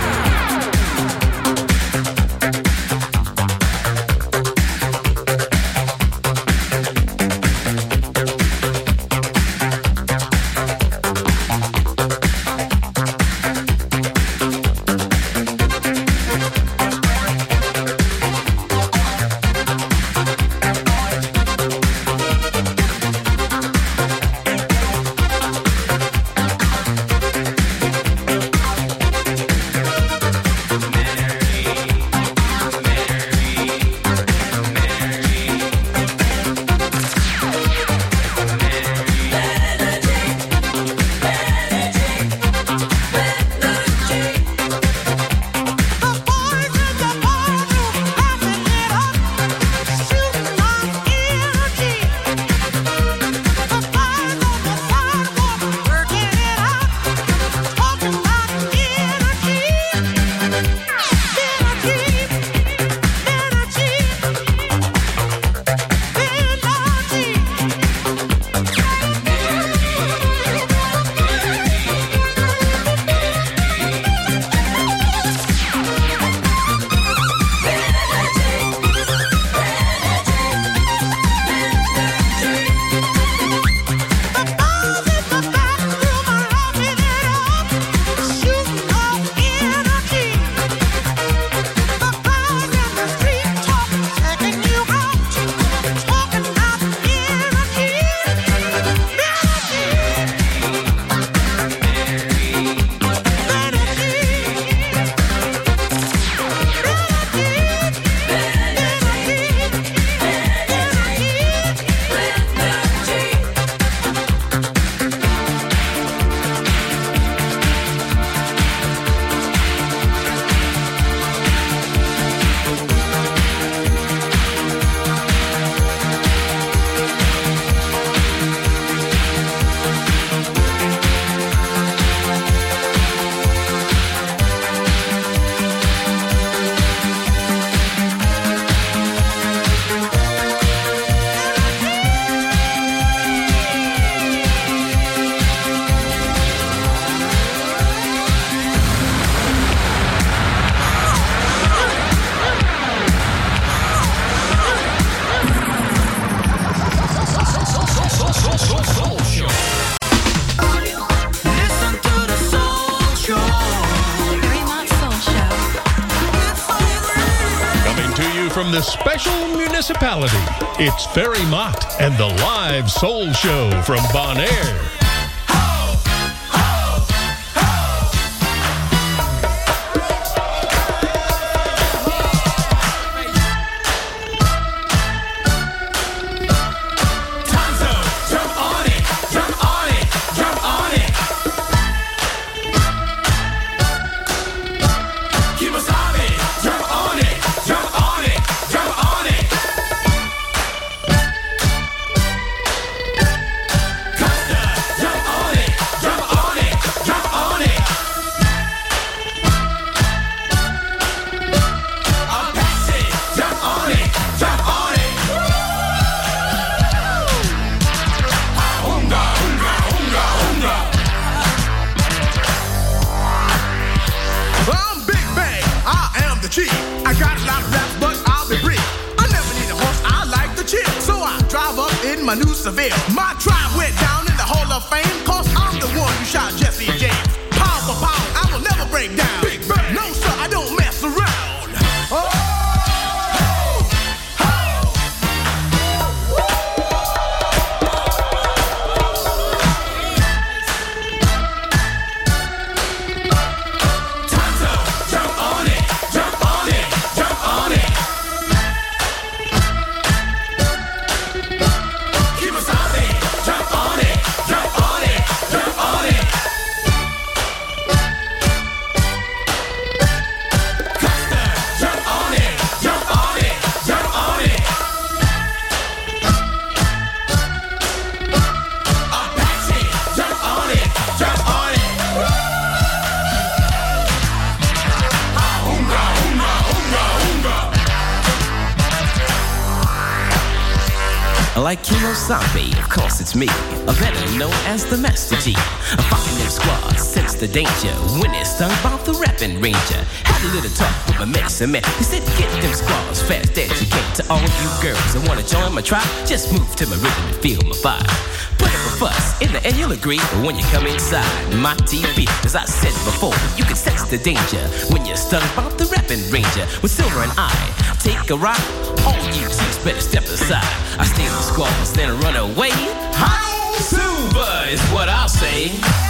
Coming to you from the special municipality, it's Ferry Mott and the Live Soul Show from Bonaire. Like Kimosabe, of course it's me, a better known as the Master G. I'm fucking them squads, sense the danger when it's stung by the rapping ranger. Had a little talk with my medicine man. He said get them squads fast as you can. To all you girls that wanna join my tribe, just move to my rhythm and feel my vibe. Put up a fuss in the end, you'll agree. But when you come inside my T V, as I said before, you can sense the danger when you're stung by the rapping ranger. With Silver and I take a ride, all you chicks better step aside. I stay in the squalls, then run away. Hi, Silver is what I'll say.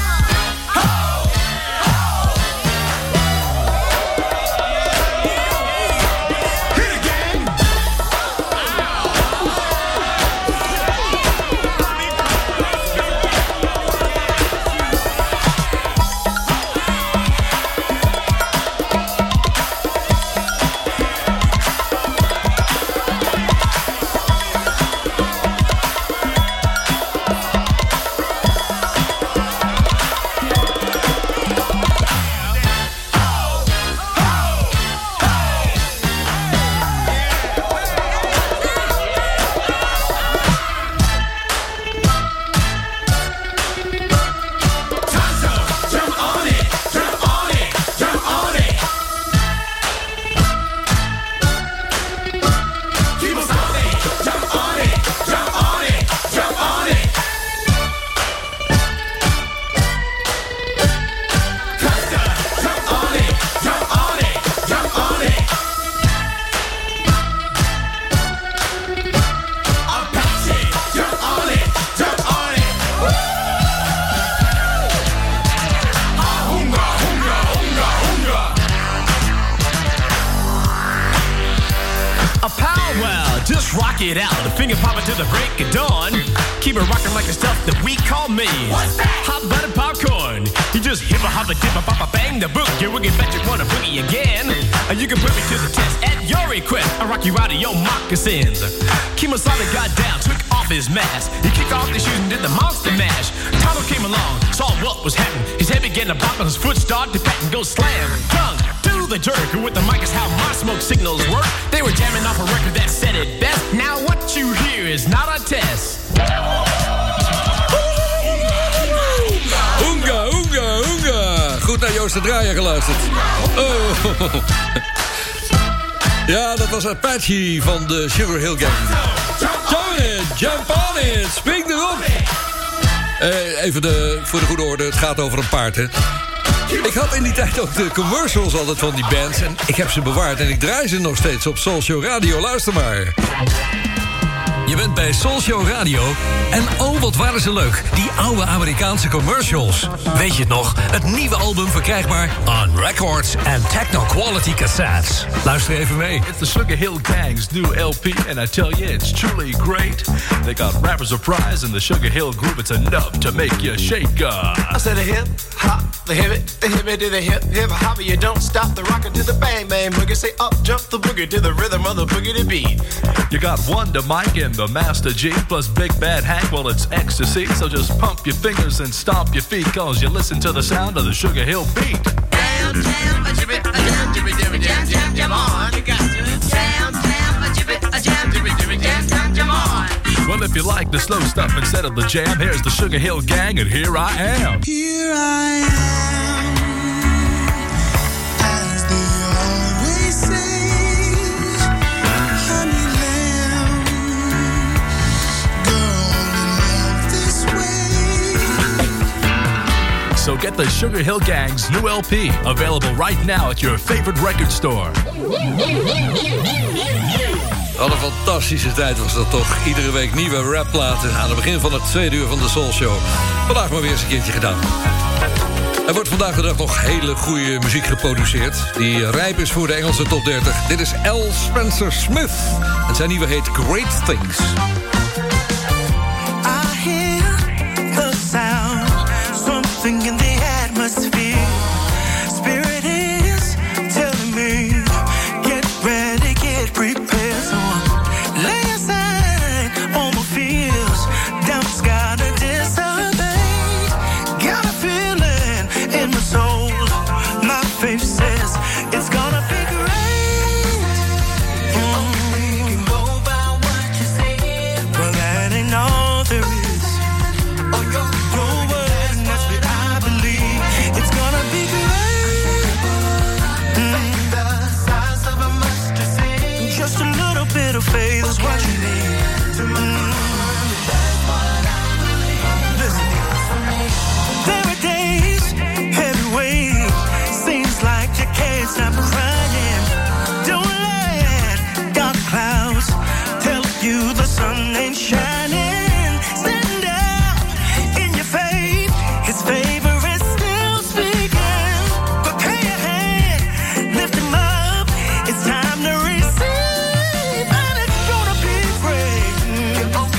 It out, the finger popping till the break of dawn. Keep it rocking like the stuff that we call me. What's that? Hot butter popcorn. You just hip a hop a dip a pop a bang the book. You wicked bet you wanna boogie again. And you can put me to the test at your request. I rock you out of your moccasins. Kimosabe got down, took off his mask. He kicked off the shoes and did the monster mash. Tonto came along, saw what was happening. His head began to bop and his foot started to pat and go slam. Tongue to the jerk, who with the mic is how my smoke signals work. They were jamming off a record that said it best. Now what you hear is not a test. Oonga, oonga, oonga. Goed naar Joost de Draaier geluisterd. Oh. Ja, dat was Apache van de Sugar Hill Gang. Jump it, jump on it, spring erop. Eh, even de, voor de goede orde, het gaat over een paard, hè. Ik had in die tijd ook de commercials altijd van die bands. En ik heb ze bewaard en ik draai ze nog steeds op Soulshow Radio. Luister maar. Je bent bij Soulshow Radio en oh, wat waren ze leuk. Die oude Amerikaanse commercials. Weet je het nog? Het nieuwe album verkrijgbaar on records en techno-quality cassettes. Luister even mee. It's the Sugar Hill Gang's new L P, and I tell you, it's truly great. They got Rapper Surprise and the Sugar Hill Groove. It's enough to make you shake. Uh. I said a hip hop, the hip it, the hip it to the hip hip hop. You don't stop the rockin' to the bang bang boogie. Say up jump the boogie to the rhythm of the boogie to beat. You got Wonder Mike and the Master G plus Big Bad Hank. Well, it's ecstasy, so just pump your fingers and stomp your feet, cause you listen to the sound of the Sugar Hill beat. Jam, jam, a jibbit, a jam, jibbit, jibbit, jam, jam, jam on. You got to jam, jam, a jibbit, a jam, jibbit, jibbit, jam, jam, jam on. Well, if you like the slow stuff instead of the jam, here's the Sugar Hill Gang, and here I am. Here I am, as they always say, honey lamb, girl in love this way. So get the Sugar Hill Gang's new L P, available right now at your favorite record store. Wat een fantastische tijd was dat toch. Iedere week nieuwe rapplaten aan het begin van het tweede uur van de Soul Show. Vandaag maar weer eens een keertje gedaan. Er wordt vandaag de dag nog hele goede muziek geproduceerd, die rijp is voor de Engelse top dertig. Dit is L. Spencer Smith en zijn nieuwe heet Great Things. I hear the sound, something in the atmosphere. Spirit is telling me, get ready, get prepared. So lay aside all my fears, doubt's gotta dissipate. Got a feeling in my soul, my faith says it's gonna be great. Mm. You can go by what you say, but that ain't all there is. Oh, your word, and that's what I believe. It's gonna be great. Mm. The size of a mustard seed. Just a little bit of faith is what you need. Mm. Listen. There are days, heavy weight, seems like you can't stop crying. Don't let dark clouds tell you the sun ain't shining. Stand up in your faith, His favor is still speaking. Prepare your hand, lift him up, it's time to receive, and it's gonna be great.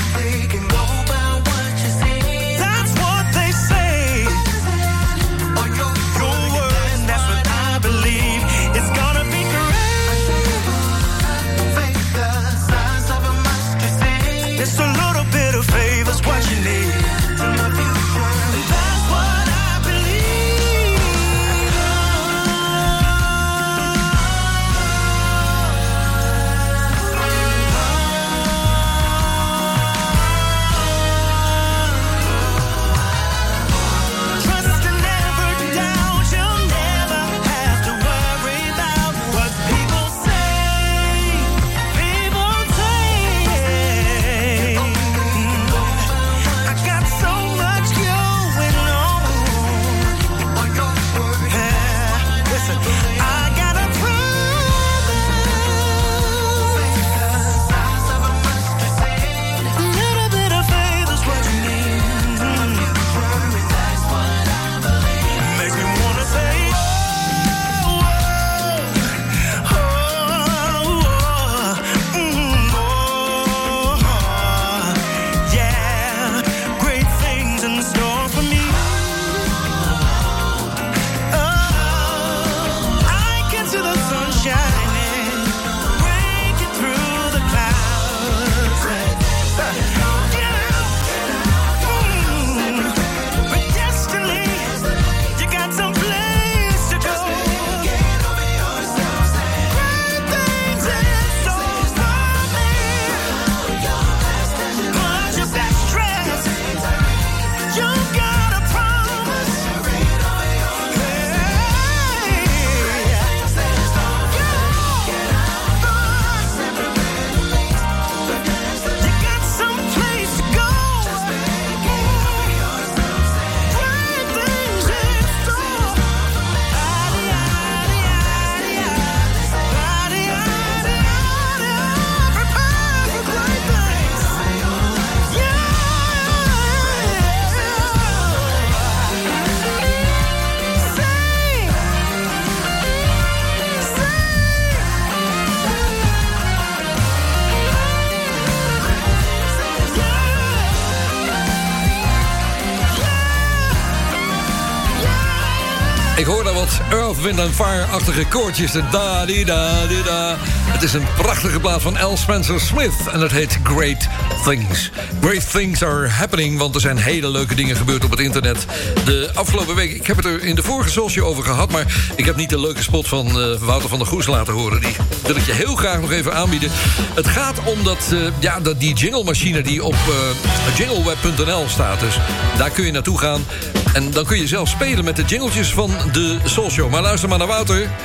hoor daar wat Earth, Wind and Fire-achtige koortjes. De da-di-da-di-da. Het is een prachtige plaat van Al Spencer Smith. En het heet Great Things. Great Things are happening, want er zijn hele leuke dingen gebeurd op het internet. De afgelopen week, ik heb het er in de vorige Soulshow over gehad, maar ik heb niet de leuke spot van uh, Wouter van der Goes laten horen. Die wil ik je heel graag nog even aanbieden. Het gaat om dat, uh, ja, dat die jingle-machine die op uh, jingleweb punt n l staat. Dus daar kun je naartoe gaan. En dan kun je zelf spelen met de jingletjes van de Soulshow. Maar luister maar naar Wouter. Oh,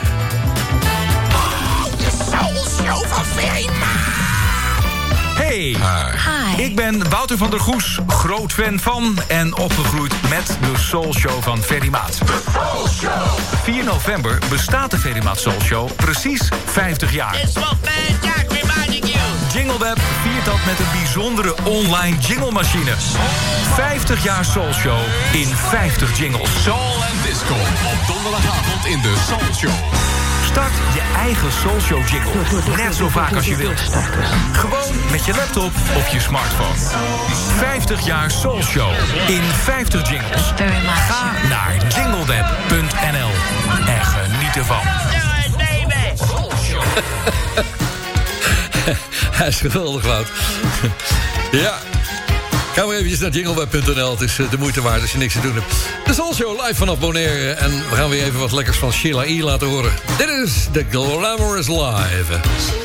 de Soulshow van Ferry Maat. Hey, Hi. Ik ben Wouter van der Goes, groot fan van en opgegroeid met de Soulshow van Ferry Maat. De Soulshow! vier november bestaat de Ferry Maat Soulshow precies vijftig jaar. Jingleweb viert dat met een bijzondere online jinglemachine. vijftig jaar Soulshow in vijftig jingles. Soul en disco op donderdagavond in de Soulshow. Start je eigen Soulshow jingle, net zo vaak als je wilt. Gewoon met je laptop of je smartphone. vijftig jaar Soulshow in vijftig jingles. Ga naar jingleweb punt n l en geniet ervan. Hij is geweldig, Wout. Ja. Ga maar eventjes naar jingleweb punt n l. Het is de moeite waard als je niks te doen hebt. De Soulshow live vanaf Bonaire. En we gaan weer even wat lekkers van Sheila E. laten horen. Dit is The Glamorous Live.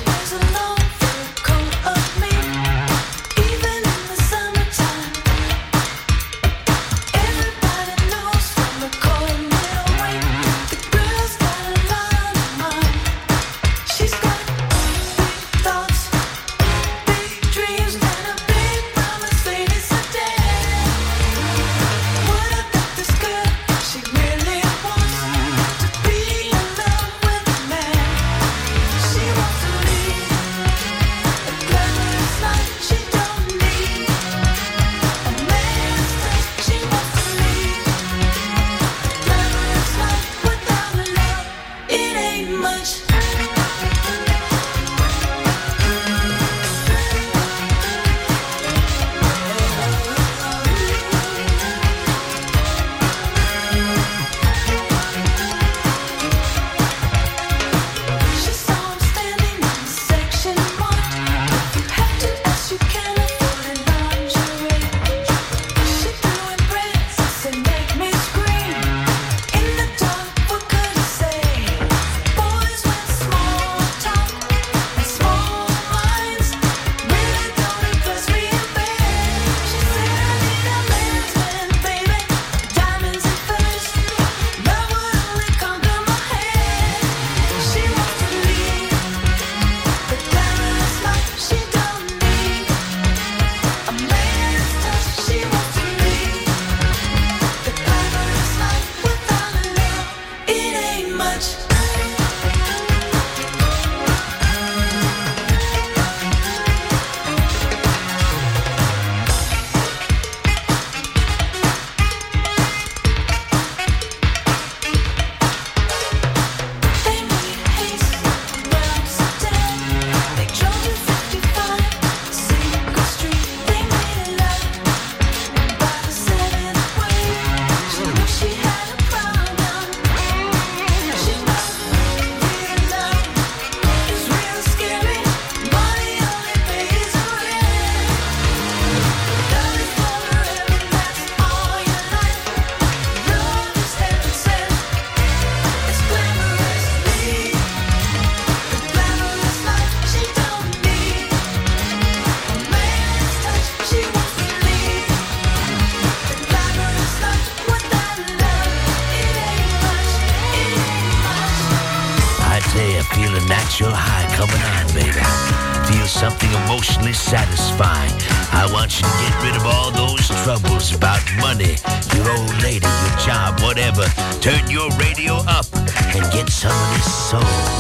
Feel high coming on, baby. Feel something emotionally satisfying. I want you to get rid of all those troubles about money, your old lady, your job, whatever. Turn your radio up and get some of this soul.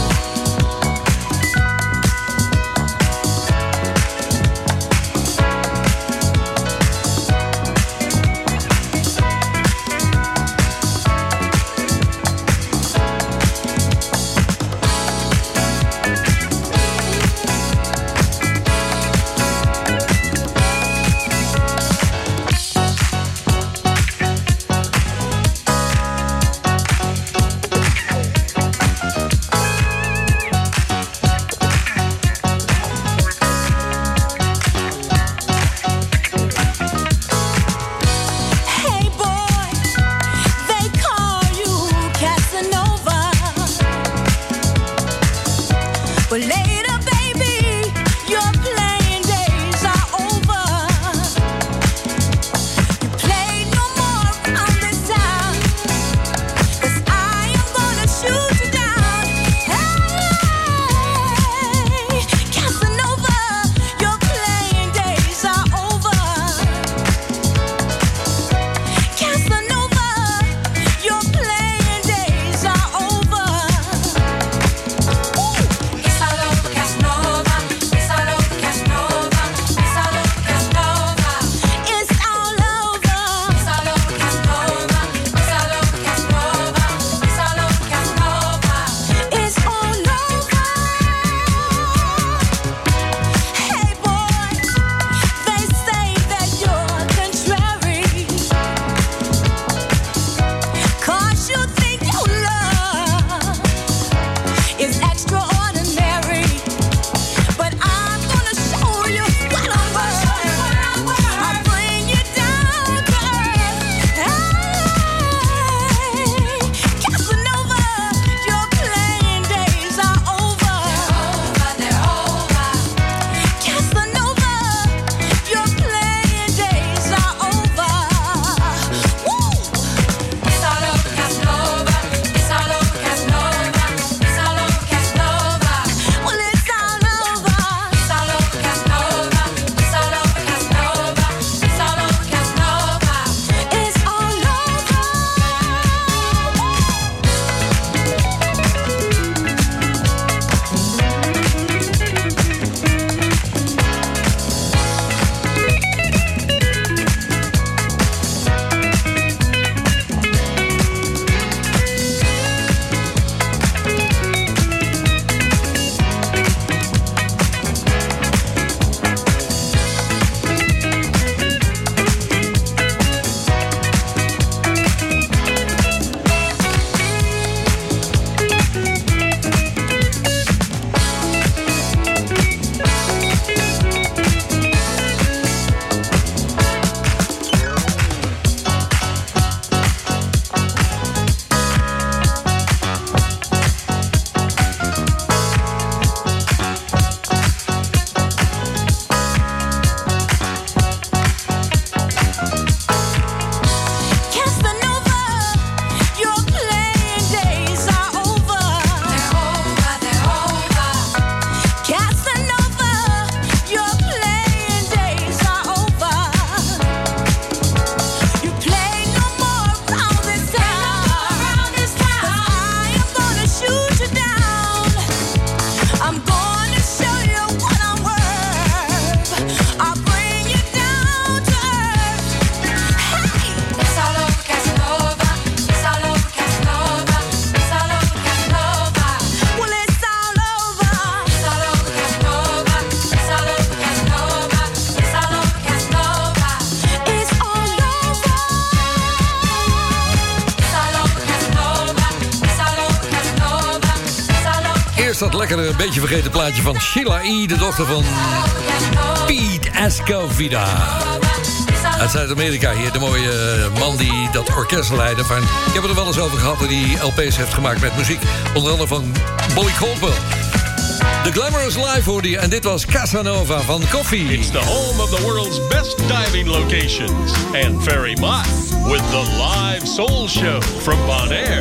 eerst dat lekkere, beetje vergeten plaatje van Sheila E., de dochter van Pete Escovida. Uit Zuid-Amerika hier, de mooie man die dat orkest leidde. Van, ik heb het er wel eens over gehad dat hij L P's heeft gemaakt met muziek. Onder andere van Bobby Caldwell. The Glamorous Live hoorde je en dit was Casanova van Coffee. It's the home of the world's best diving locations. And Ferry Mott with the live soul show from Bonaire.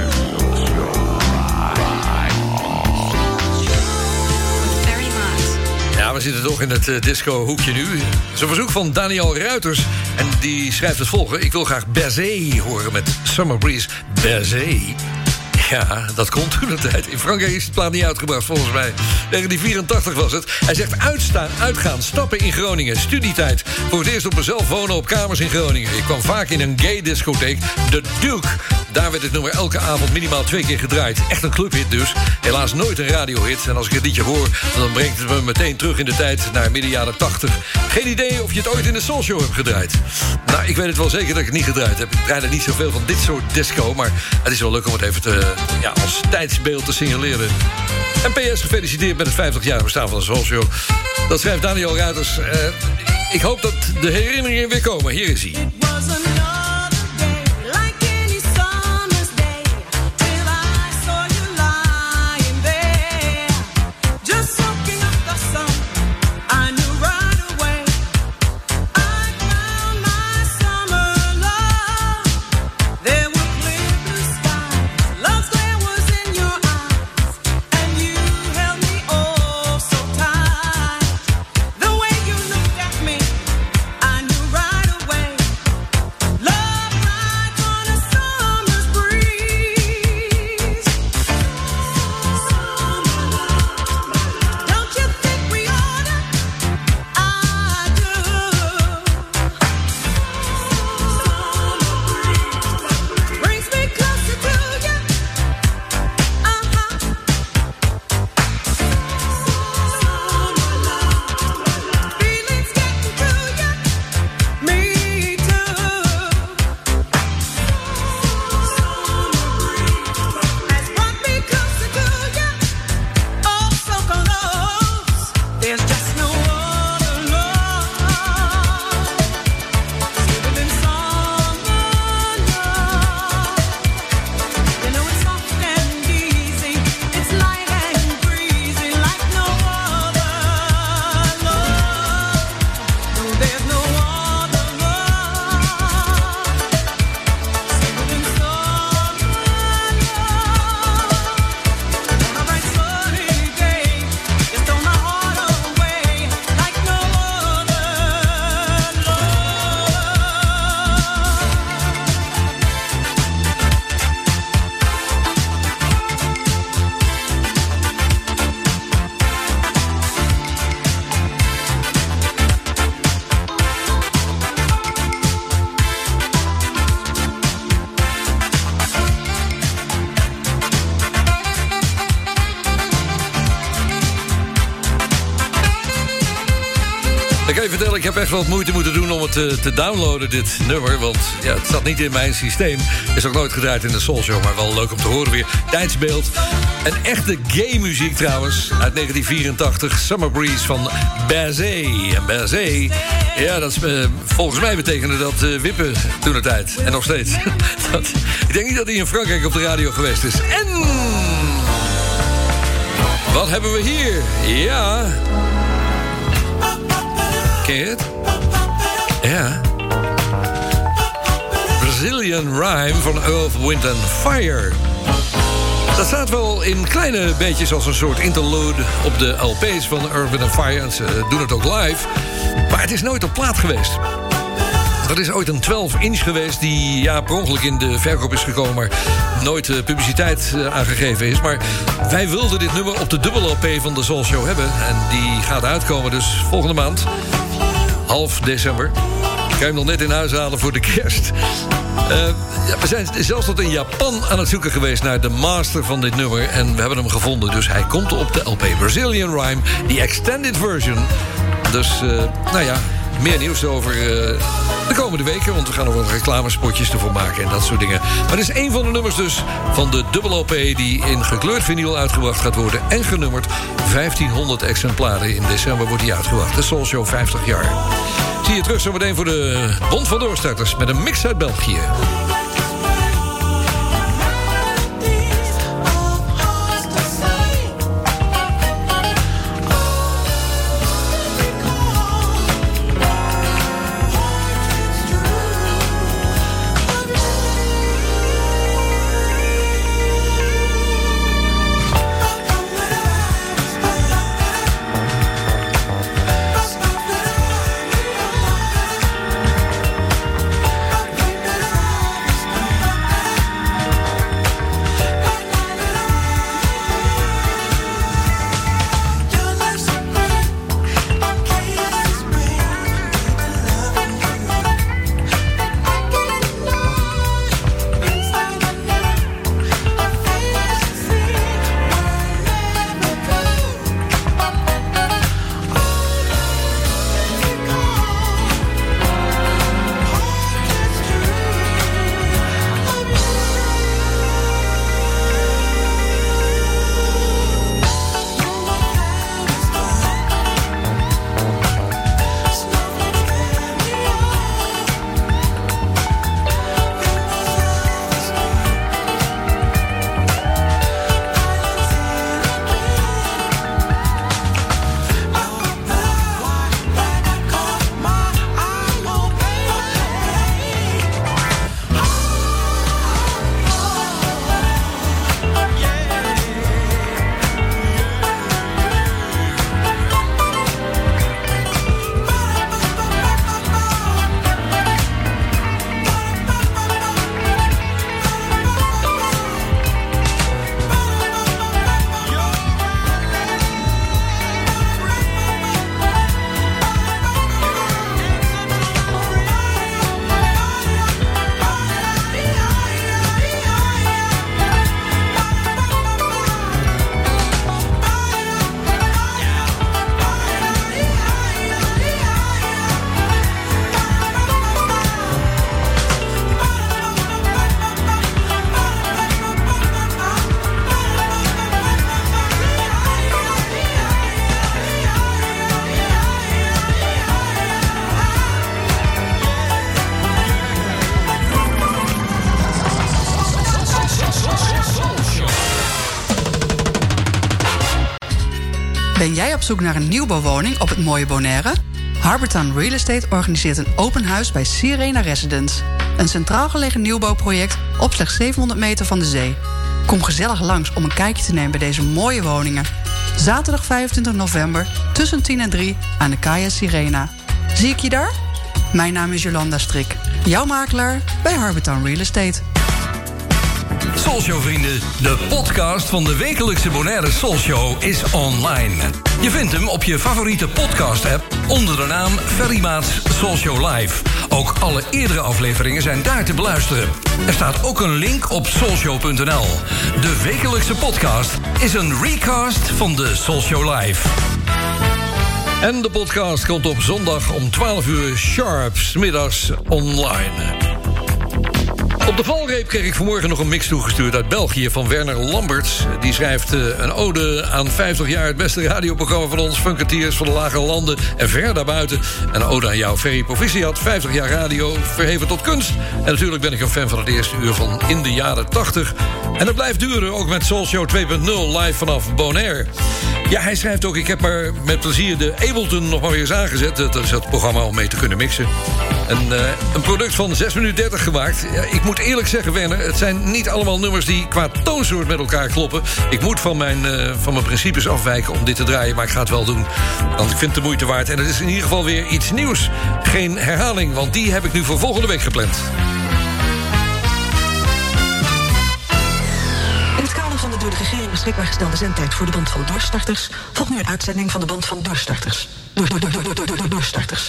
Ja, we zitten toch in het uh, disco-hoekje nu. Het is een verzoek van Daniel Ruiters. En die schrijft het volgende. Ik wil graag Berzé horen met Summer Breeze. Berzé? Ja, dat kon toen de tijd. In Frankrijk is het plaat niet uitgebracht, volgens mij. negentien vierentachtig was het. Hij zegt uitstaan, uitgaan, stappen in Groningen. Studietijd. Voor het eerst op mezelf wonen op kamers in Groningen. Ik kwam vaak in een gay-discotheek, de Duke. Daar werd het nummer elke avond minimaal twee keer gedraaid. Echt een clubhit dus. Helaas nooit een radiohit. En als ik het liedje hoor, dan brengt het me meteen terug in de tijd naar midden jaren tachtig. Geen idee of je het ooit in de Soul Show hebt gedraaid. Nou, ik weet het wel zeker dat ik het niet gedraaid heb. Ik draai er niet zoveel van dit soort disco. Maar het is wel leuk om het even te, ja, als tijdsbeeld te signaleren. En P S gefeliciteerd met het vijftig-jarig bestaan van de Soul Show. Dat schrijft Daniel Ruiters. Uh, ik hoop dat de herinneringen weer komen. Hier is hij. Ik heb echt wat moeite moeten doen om het te, te downloaden, dit nummer. Want ja, het zat niet in mijn systeem. Is ook nooit gedraaid in de Soul Show, maar wel leuk om te horen weer. Tijdsbeeld. Een echte gay muziek trouwens. Uit negentien vierentachtig. Summer Breeze van Berzé. En Berzé, ja, dat is, uh, volgens mij betekende dat uh, wippen toen de tijd. En nog steeds. dat, ik denk niet dat hij in Frankrijk op de radio geweest is. En wat hebben we hier? Ja... Ken je het? Ja. Brazilian Rhyme van Earth, Wind and Fire. Dat staat wel in kleine beetjes als een soort interlude op de L P's van Earth, Wind and Fire. En ze doen het ook live. Maar het is nooit op plaat geweest. Dat is ooit een twaalf inch geweest die ja, per ongeluk in de verkoop is gekomen... maar nooit uh, publiciteit uh, aangegeven is. Maar wij wilden dit nummer op de dubbel L P van de Soul Show hebben. En die gaat uitkomen dus volgende maand. Half december. Ik ga hem nog net in huis halen voor de kerst. Uh, ja, we zijn zelfs tot in Japan aan het zoeken geweest naar de master van dit nummer. En we hebben hem gevonden. Dus hij komt op de L P Brazilian Rhyme. Die extended version. Dus, uh, nou ja... meer nieuws over uh, de komende weken. Want we gaan nog wat reclamespotjes ervoor maken en dat soort dingen. Maar dit is één van de nummers dus van de dubbel L P... die in gekleurd vinyl uitgebracht gaat worden. En genummerd vijftienhonderd exemplaren. In december wordt die uitgebracht. De Soul Show vijftig jaar. Zie je terug zometeen voor de Bond van Doorstarters... met een mix uit België. Ben jij op zoek naar een nieuwbouwwoning op het mooie Bonaire? Harbortown Real Estate organiseert een open huis bij Sirena Residence. Een centraal gelegen nieuwbouwproject op slechts zevenhonderd meter van de zee. Kom gezellig langs om een kijkje te nemen bij deze mooie woningen. Zaterdag vijfentwintig november tussen tien en drie aan de Kaya Sirena. Zie ik je daar? Mijn naam is Jolanda Strik, jouw makelaar bij Harbortown Real Estate. Soulshow vrienden, de podcast van de wekelijkse Bonaire Soulshow is online. Je vindt hem op je favoriete podcast-app onder de naam Ferry Maat's Soulshow Live. Ook alle eerdere afleveringen zijn daar te beluisteren. Er staat ook een link op soulshow punt n l. De wekelijkse podcast is een recast van de Soulshow Live. En de podcast komt op zondag om twaalf uur sharp 's middags online. Op de valreep kreeg ik vanmorgen nog een mix toegestuurd uit België van Werner Lamberts. Die schrijft uh, een ode aan vijftig jaar het beste radioprogramma van ons, Funketeers van de Lage Landen en ver daarbuiten. En een ode aan jou, Ferry Proficiat, vijftig jaar radio, verheven tot kunst. En natuurlijk ben ik een fan van het eerste uur van in de jaren tachtig. En dat blijft duren, ook met Soulshow twee punt nul live vanaf Bonaire. Ja, hij schrijft ook, ik heb maar met plezier de Ableton nog maar weer eens aangezet. Dat is het programma om mee te kunnen mixen. En, uh, een product van zes minuten dertig gemaakt. Ja, ik moet eerlijk zeggen, Werner, het zijn niet allemaal nummers die qua toonsoort met elkaar kloppen. Ik moet van mijn, uh, van mijn principes afwijken om dit te draaien, maar ik ga het wel doen. Want ik vind het de moeite waard. En het is in ieder geval weer iets nieuws. Geen herhaling, want die heb ik nu voor volgende week gepland. In het kader van de door de regering beschikbaar gestelde zendtijd voor de band van doorstarters volgt nu een uitzending van de band van doorstarters. Door, door, door, door, door, door, door, doorstarters.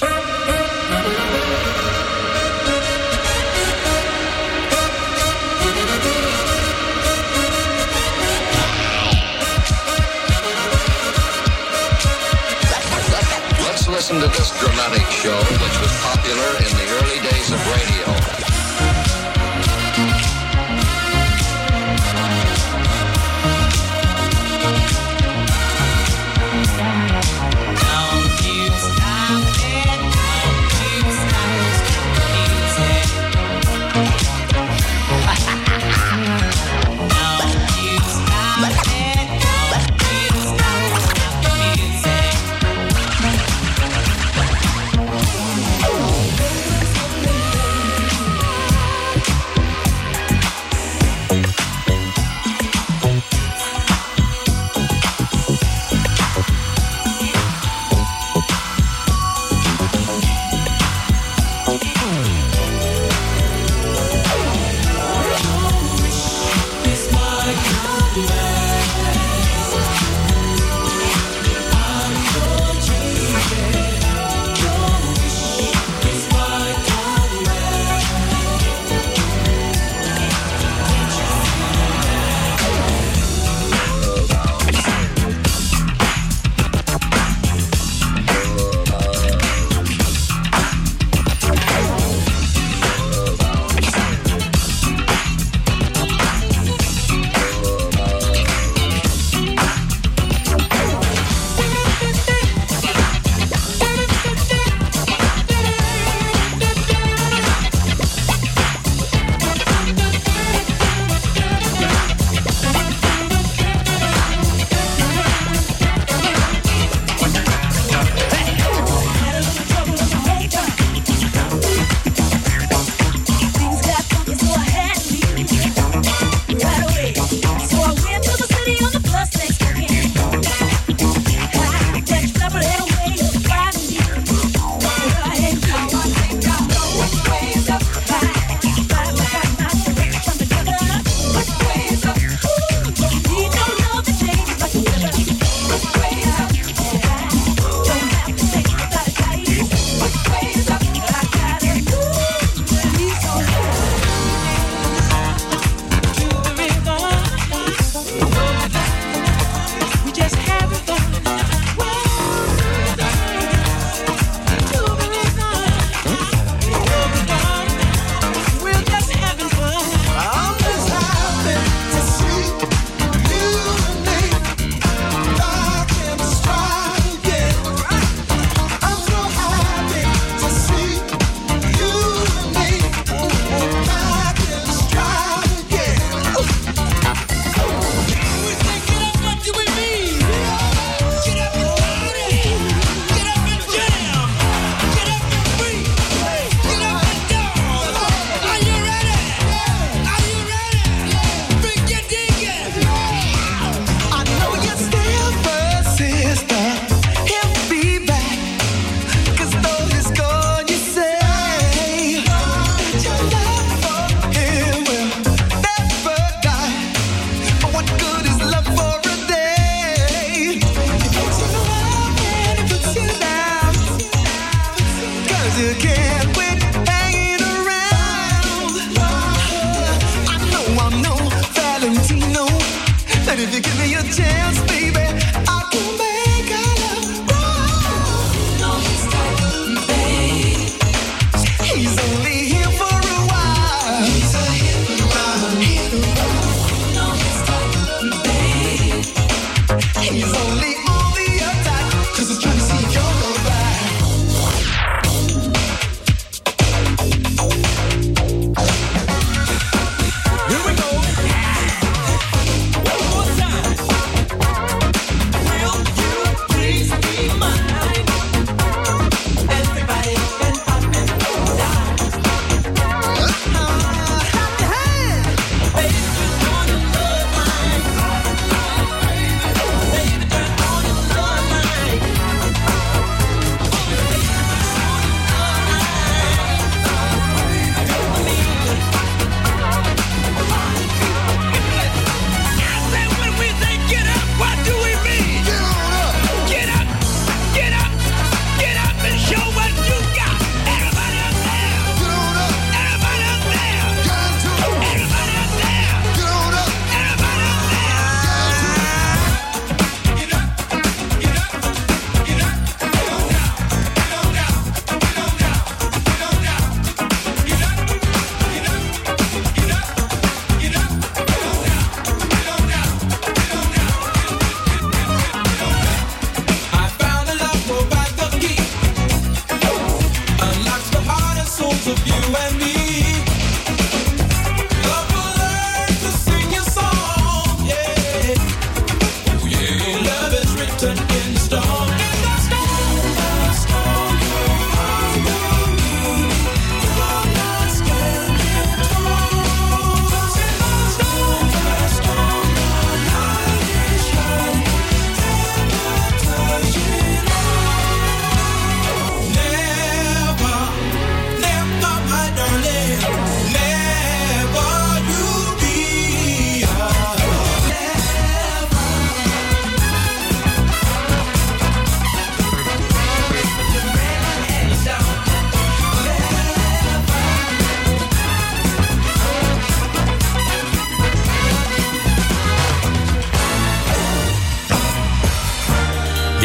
listen to this dramatic show, which was popular in the early days of radio.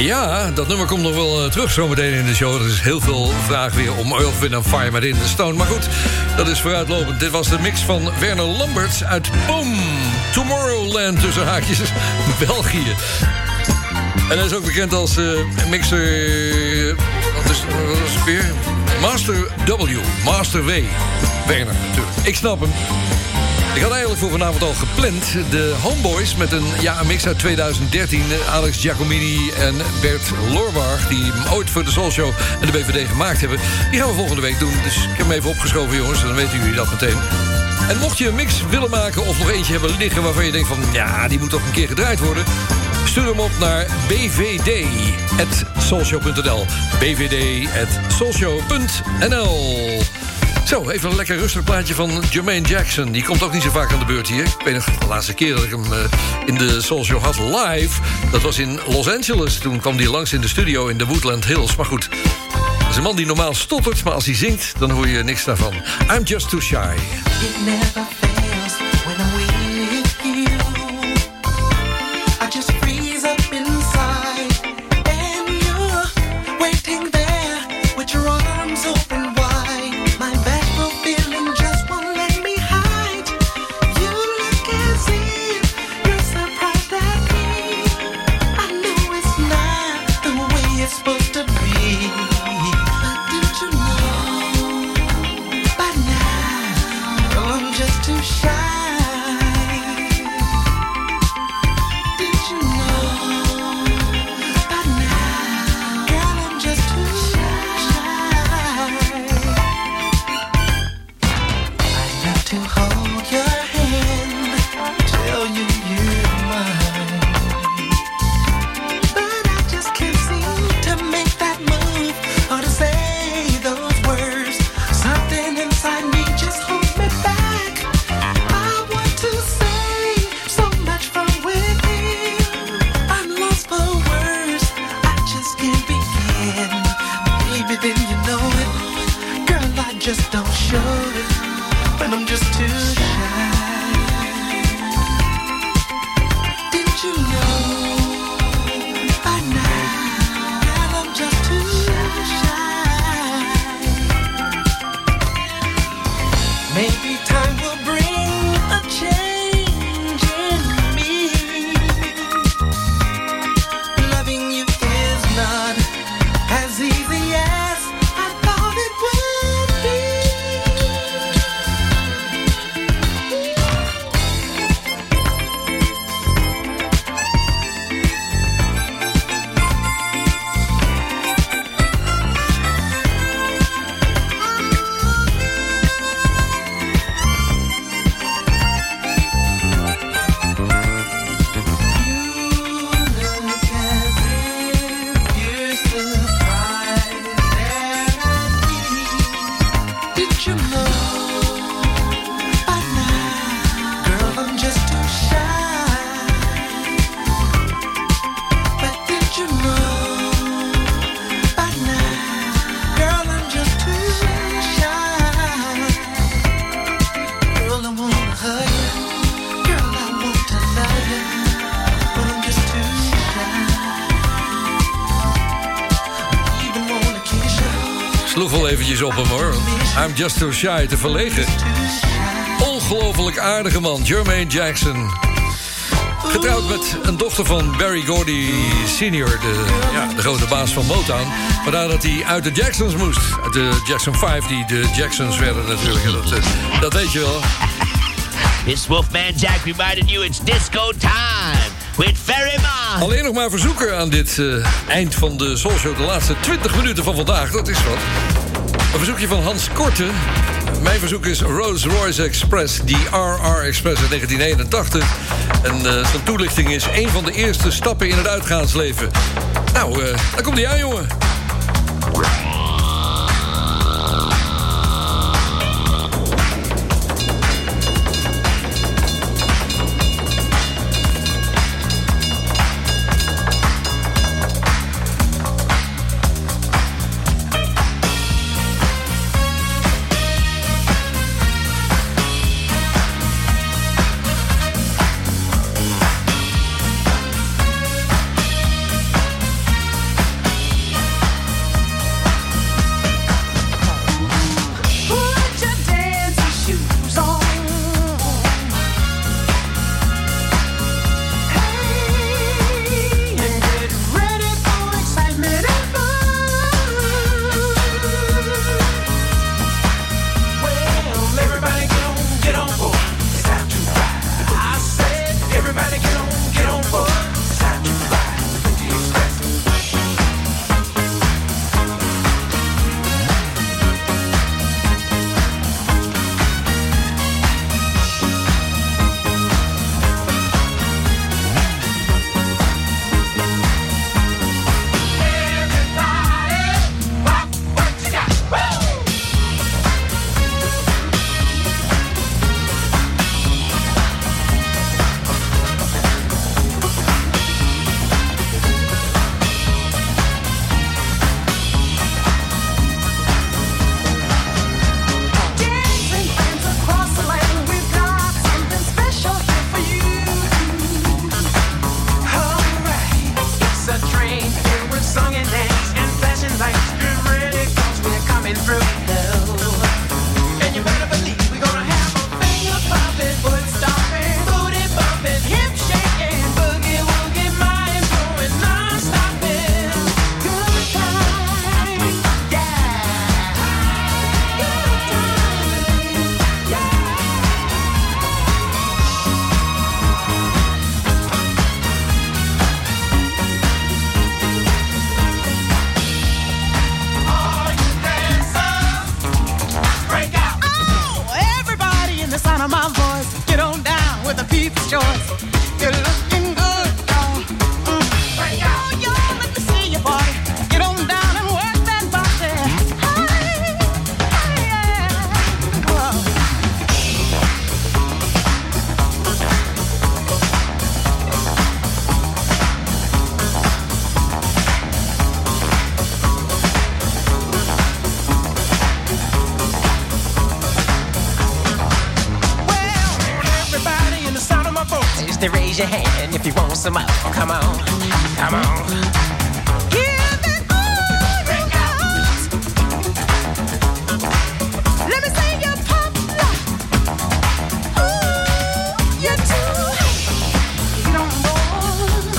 Ja, dat nummer komt nog wel uh, terug zometeen in de show. Er is heel veel vraag weer om Earth, Wind and Fire met In The Stone. Maar goed, dat is vooruitlopend. Dit was de mix van Werner Lamberts uit Boom, Tomorrowland tussen haakjes, België. En hij is ook bekend als uh, mixer... Wat is, wat is het weer? Master W, Master W. Werner, natuurlijk. Ik snap hem. Ik had eigenlijk voor vanavond al gepland de Homeboys met een, ja, een mix uit tweeduizend dertien. Alex Giacomini en Bert Lorbar, die hem ooit voor de Soul Show en de B V D gemaakt hebben. Die gaan we volgende week doen. Dus ik heb hem even opgeschoven, jongens. Dan weten jullie dat meteen. En mocht je een mix willen maken of nog eentje hebben liggen waarvan je denkt van, ja, die moet toch een keer gedraaid worden, stuur hem op naar b v d at soulshow punt n l. b v d at soulshow punt n l. Zo, even een lekker rustig plaatje van Jermaine Jackson. Die komt ook niet zo vaak aan de beurt hier. Ik weet nog de laatste keer dat ik hem uh, in de Soul Show had live. Dat was in Los Angeles. Toen kwam hij langs in de studio in de Woodland Hills. Maar goed, dat is een man die normaal stottert, maar als hij zingt, dan hoor je niks daarvan. I'm just too shy. It never fails when I'm with you. I just freeze up inside, and you're waiting there with your arms open wide. My bashful feeling just won't let me hide. You look as if you're surprised at me. I know it's not the way it's supposed to be, but didn't you know by now I'm just too shy? Did you know by now, girl, I'm just too shy? I need to hold your hand, tell you you're mine, but I just can't seem to make that move or to say those words. Something inside me just holds me back. I want to say so much from within. I'm lost for words, I just can't begin. Baby, then you know it. Girl, I just don't show it, but I'm just too shy. Didn't you know by now? Girl, I'm just too shy. Maybe time will bring a change in me. Loving you is not as easy as I thought it would be. Did you know by now, girl, I'm just too shy? But did you know by now, girl, I'm just too shy? Girl, I wanna hug you, girl, I want to love you, but I'm just too shy. I even wanna kiss you. Sloeg wel eventjes op hem, hoor. I'm just too shy, te verlegen. Ongelooflijk aardige man, Jermaine Jackson. Getrouwd met een dochter van Barry Gordy senior, de, ja, de grote baas van Motown. Vandaar dat hij uit de Jacksons moest. Uit de Jackson vijf, die de Jacksons werden natuurlijk. Dat, uh, dat weet je wel. This Wolfman Jack reminded you it's disco time with Ferry Mon. Alleen nog maar verzoeken aan dit uh, eind van de Soul Show. De laatste twintig minuten van vandaag, dat is wat. Een verzoekje van Hans Korte. Mijn verzoek is Rolls Royce Express, die R R Express uit negentien eenentachtig. En uh, zijn toelichting is een van de eerste stappen in het uitgaansleven. Nou, uh, daar komt hij aan, jongen. People's Choice. You're looking good, y'all. Mm. Oh, y'all, let me see your body. Get on down and work that body. Hey, yeah. Whoa. Everybody in the sound of my voice, just to raise your hand if you want some more. Come on, come on. Give it all you got. Let me see you pop lock. Ooh, you're too hot. Get on board.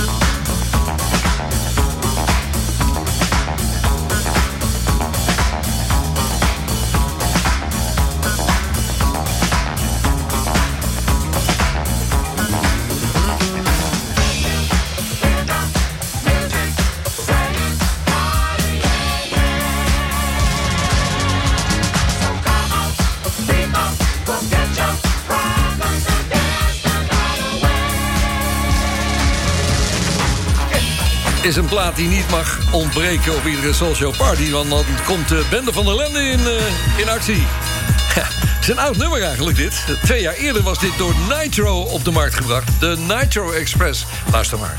Is een plaat die niet mag ontbreken op iedere Soulshow party, want dan komt de Bende van der Lende in, uh, in actie. Ja, het is een oud nummer eigenlijk dit. Twee jaar eerder was dit door Nitro op de markt gebracht. De Nitro Express. Luister maar.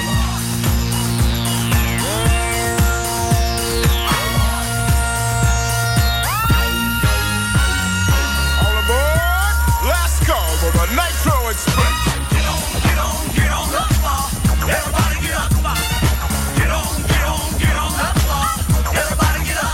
All aboard, let's go with the Nitro Express. Get on, get on, get on the floor. Everybody get up. Get on, get on, get on the floor. Everybody get up.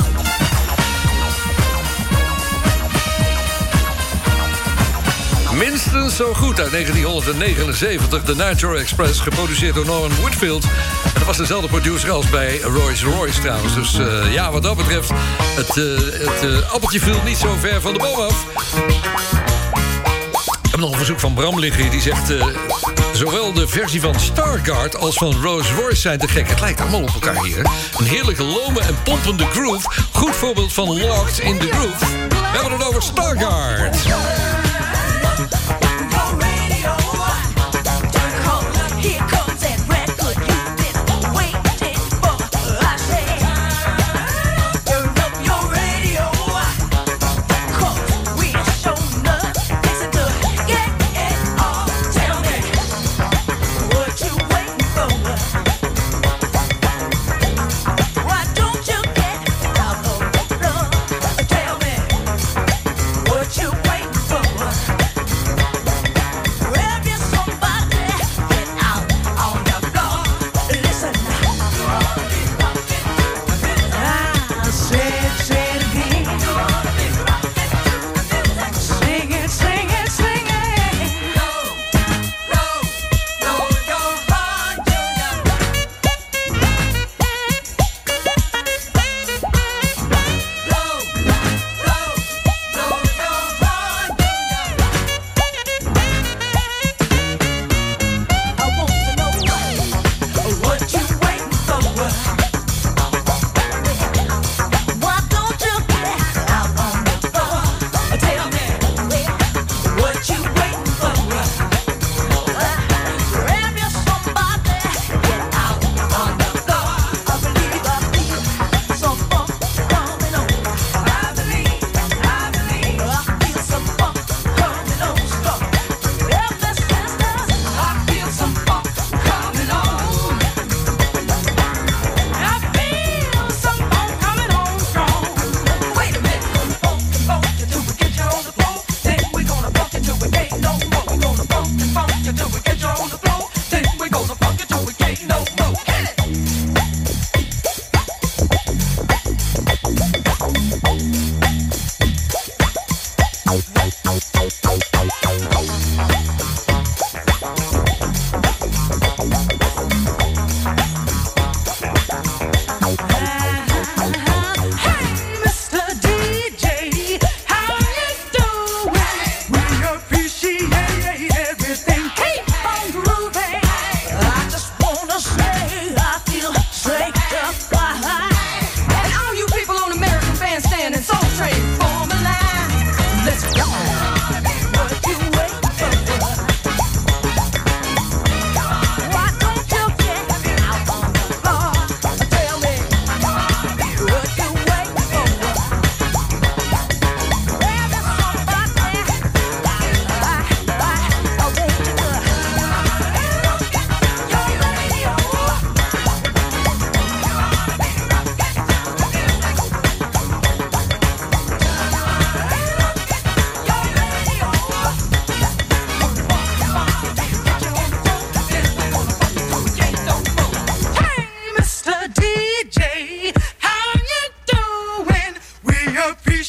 Minstens zo goed uit negentienhonderdnegenenzeventig. De Nitro Express, geproduceerd door Norman Whitfield. En dat was dezelfde producer als bij Rolls-Royce trouwens. Dus uh, ja, wat dat betreft, het, uh, het uh, appeltje viel niet zo ver van de boom af. Ik heb nog een verzoek van Bram liggen. Die zegt, uh, zowel de versie van Stargard als van Rolls-Royce zijn te gek. Het lijkt allemaal op elkaar hier. Een heerlijke lome en pompende groove. Goed voorbeeld van Locked in the Groove. We hebben het over Stargard. What you waiting for?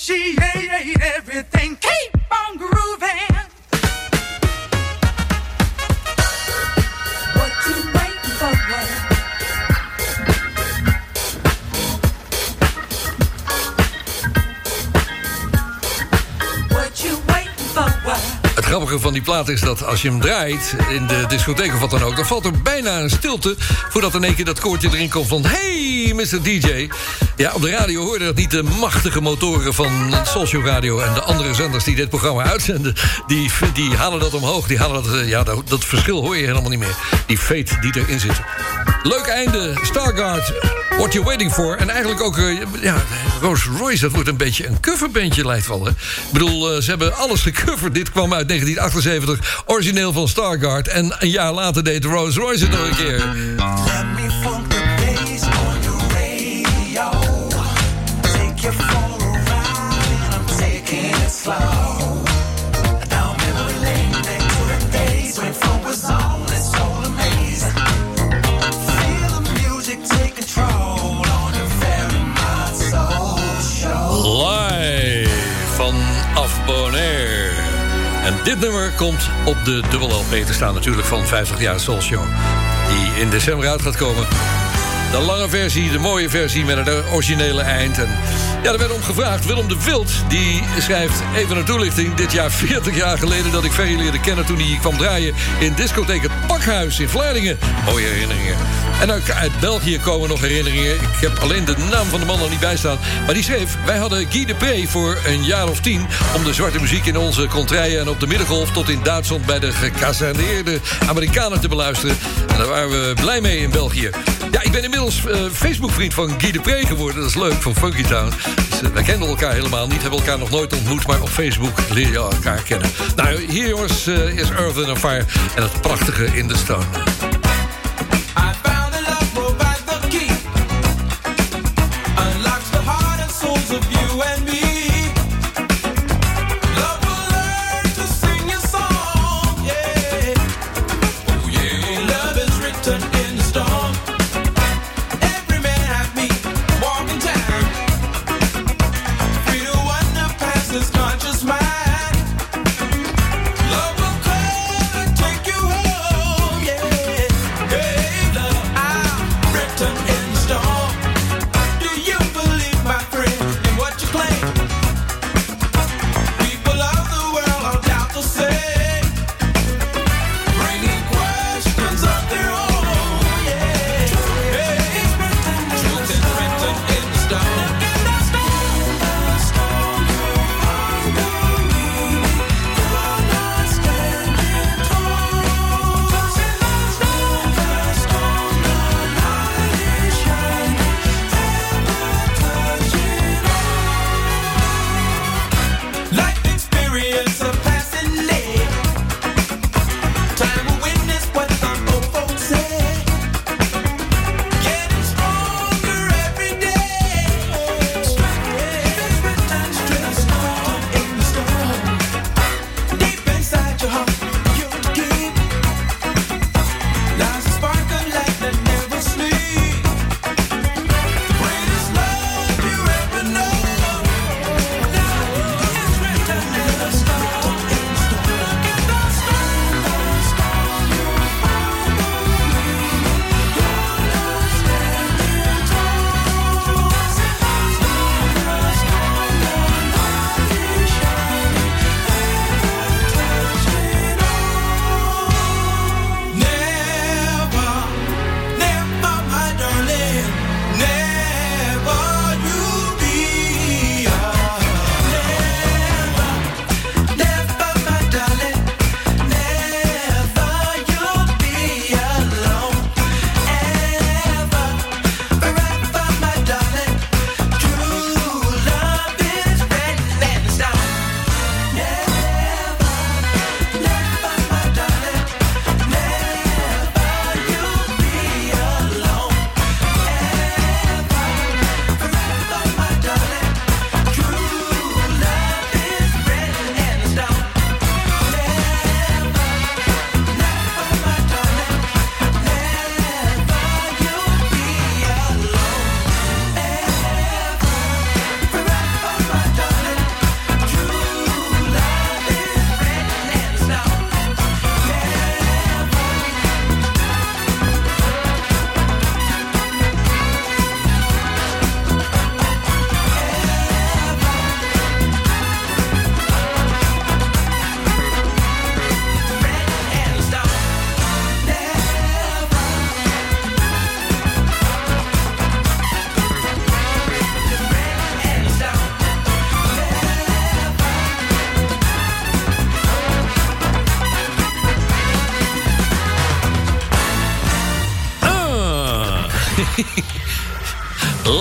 appreciate everything. Keep on grooving. What you waiting for? What you waiting for? Het grappige van die plaat is dat als je hem draait in de discotheek of wat dan ook, dan valt er bijna een stilte voordat in één keer dat koortje erin komt van hey, mister D J. Ja, op de radio hoorde dat niet de machtige motoren van Soulshow Radio en de andere zenders die dit programma uitzenden. Die, die halen dat omhoog. Die halen dat, ja, dat, dat verschil hoor je helemaal niet meer. Die fate die erin zit. Leuk einde. Stargard. What You Waiting For. En eigenlijk ook, uh, ja, Rolls Royce, dat wordt een beetje een coverbandje, lijkt wel, hè? Ik bedoel, uh, ze hebben alles gecoverd. Dit kwam uit negentien achtenzeventig, origineel van Stargard. En een jaar later deed Rolls Royce het nog een keer. Let me funk the bass on your radio. Take you for a ride, I'm taking it slow. Down memory lane, back to the days when funk was on, it's so amazing. Feel the music take control on your very mind soul show. Live vanaf Bonaire. En dit nummer komt op de dubbel L P te staan natuurlijk van vijftig jaar Soul Show. Die in december uit gaat komen. De lange versie, de mooie versie met het originele eind. En ja, er werd om gevraagd. Willem de Wild, die schrijft even een toelichting. Dit jaar veertig jaar geleden dat ik Ferry leerde kennen toen hij kwam draaien in discotheek Het Pakhuis in Vlaardingen. Mooie herinneringen. En ook uit België komen nog herinneringen. Ik heb alleen de naam van de man er niet bij staan. Maar die schreef, wij hadden Guy de Pre voor een jaar of tien om de zwarte muziek in onze contraien en op de Middengolf tot in Duitsland bij de gekazerneerde Amerikanen te beluisteren. En daar waren we blij mee in België. Ja, ik ben inmiddels uh, Facebook-vriend van Guy de Pre geworden. Dat is leuk, van Funky Town. Dus, uh, wij kenden elkaar helemaal niet, hebben elkaar nog nooit ontmoet, maar op Facebook leer je elkaar kennen. Nou, hier jongens uh, is Earth and Fire en het prachtige In The Stone. Written in stone. Do you believe, my friend, in what you claim?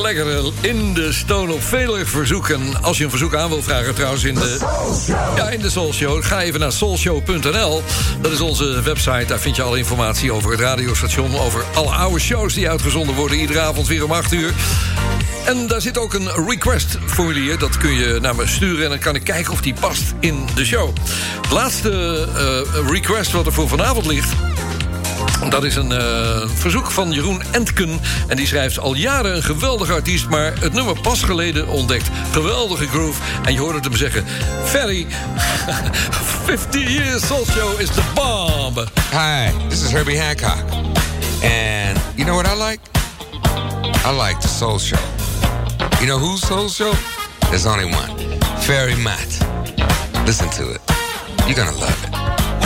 lekkere In de Stone op vele verzoeken. Als je een verzoek aan wil vragen trouwens in de, ja, in de Soul Show, ga even naar soulshow punt n l. Dat is onze website. Daar vind je alle informatie over het radiostation, over alle oude shows die uitgezonden worden iedere avond weer om acht uur. En daar zit ook een request-formulier. Dat kun je naar me sturen en dan kan ik kijken of die past in de show. Het laatste uh, request wat er voor vanavond ligt, dat is een uh, verzoek van Jeroen Entken. En die schrijft al jaren een geweldige artiest, maar het nummer pas geleden ontdekt. Geweldige groove. En je hoort het hem zeggen: Ferry, fifty years Soul Show is the bomb. Hi, this is Herbie Hancock. And you know what I like? I like the Soul Show. You know whose Soul Show? There's only one. Ferry Matt. Listen to it. You're gonna love it.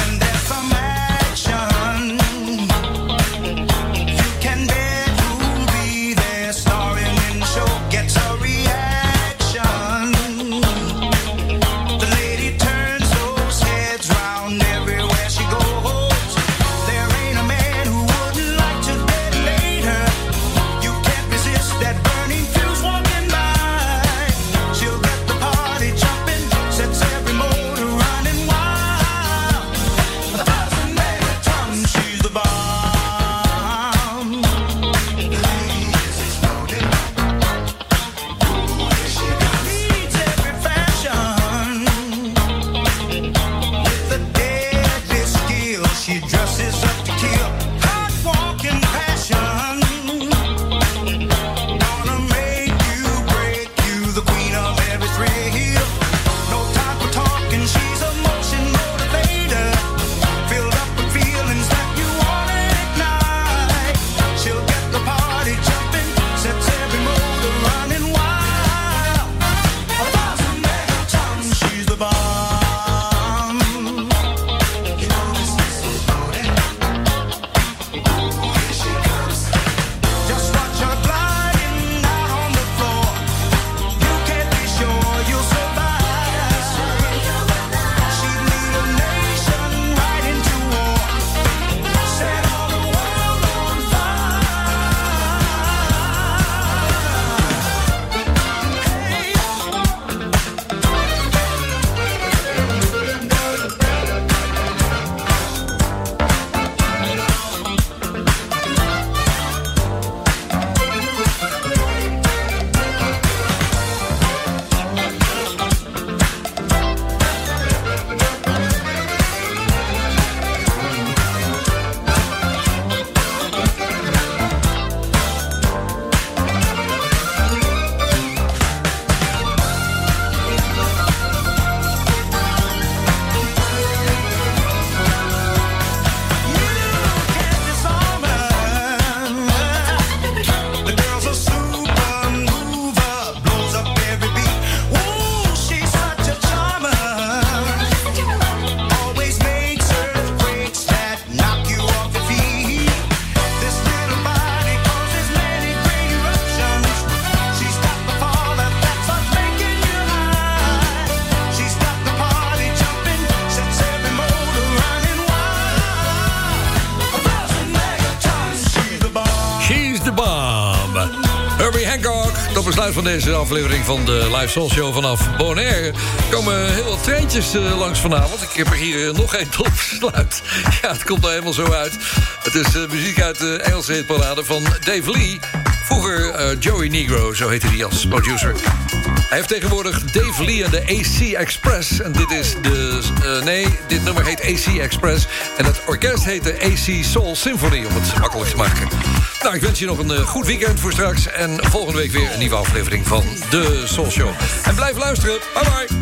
Besluit van deze aflevering van de Live Soul Show vanaf Bonaire. Er komen heel wat treintjes uh, langs vanavond. Ik heb er hier uh, nog één tot besluit. Ja, het komt nou helemaal zo uit. Het is uh, muziek uit de Engelse hitparade van Dave Lee. Vroeger uh, Joey Negro, zo heette hij als producer. Hij heeft tegenwoordig Dave Lee en de A C Express. En dit is de... Uh, nee, dit nummer heet A C Express. En het orkest heet de A C Soul Symphony, om het makkelijk te maken. Nou, ik wens je nog een uh, goed weekend voor straks. En volgende week weer een nieuwe aflevering van de Soul Show. En blijf luisteren. Bye bye.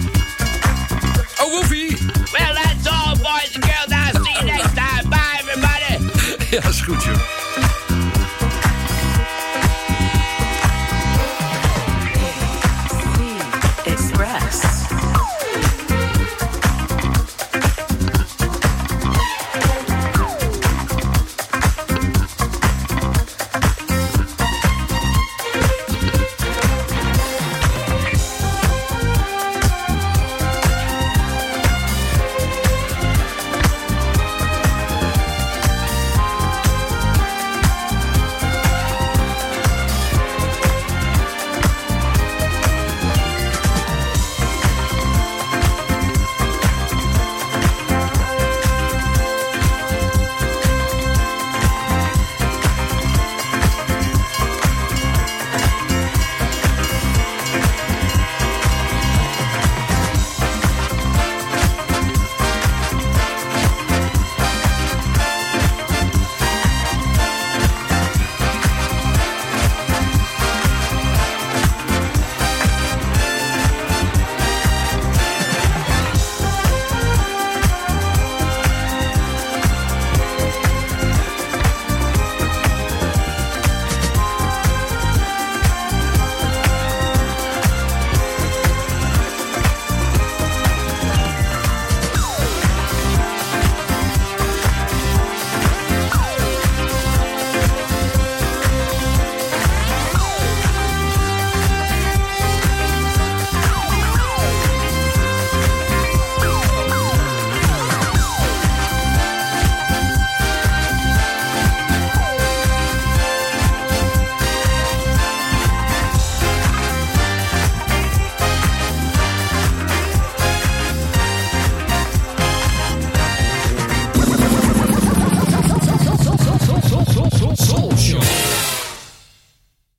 Oh, Woefie. Well, that's all, boys and girls. I'll see you next time. Bye, everybody. Ja, is goed, joh.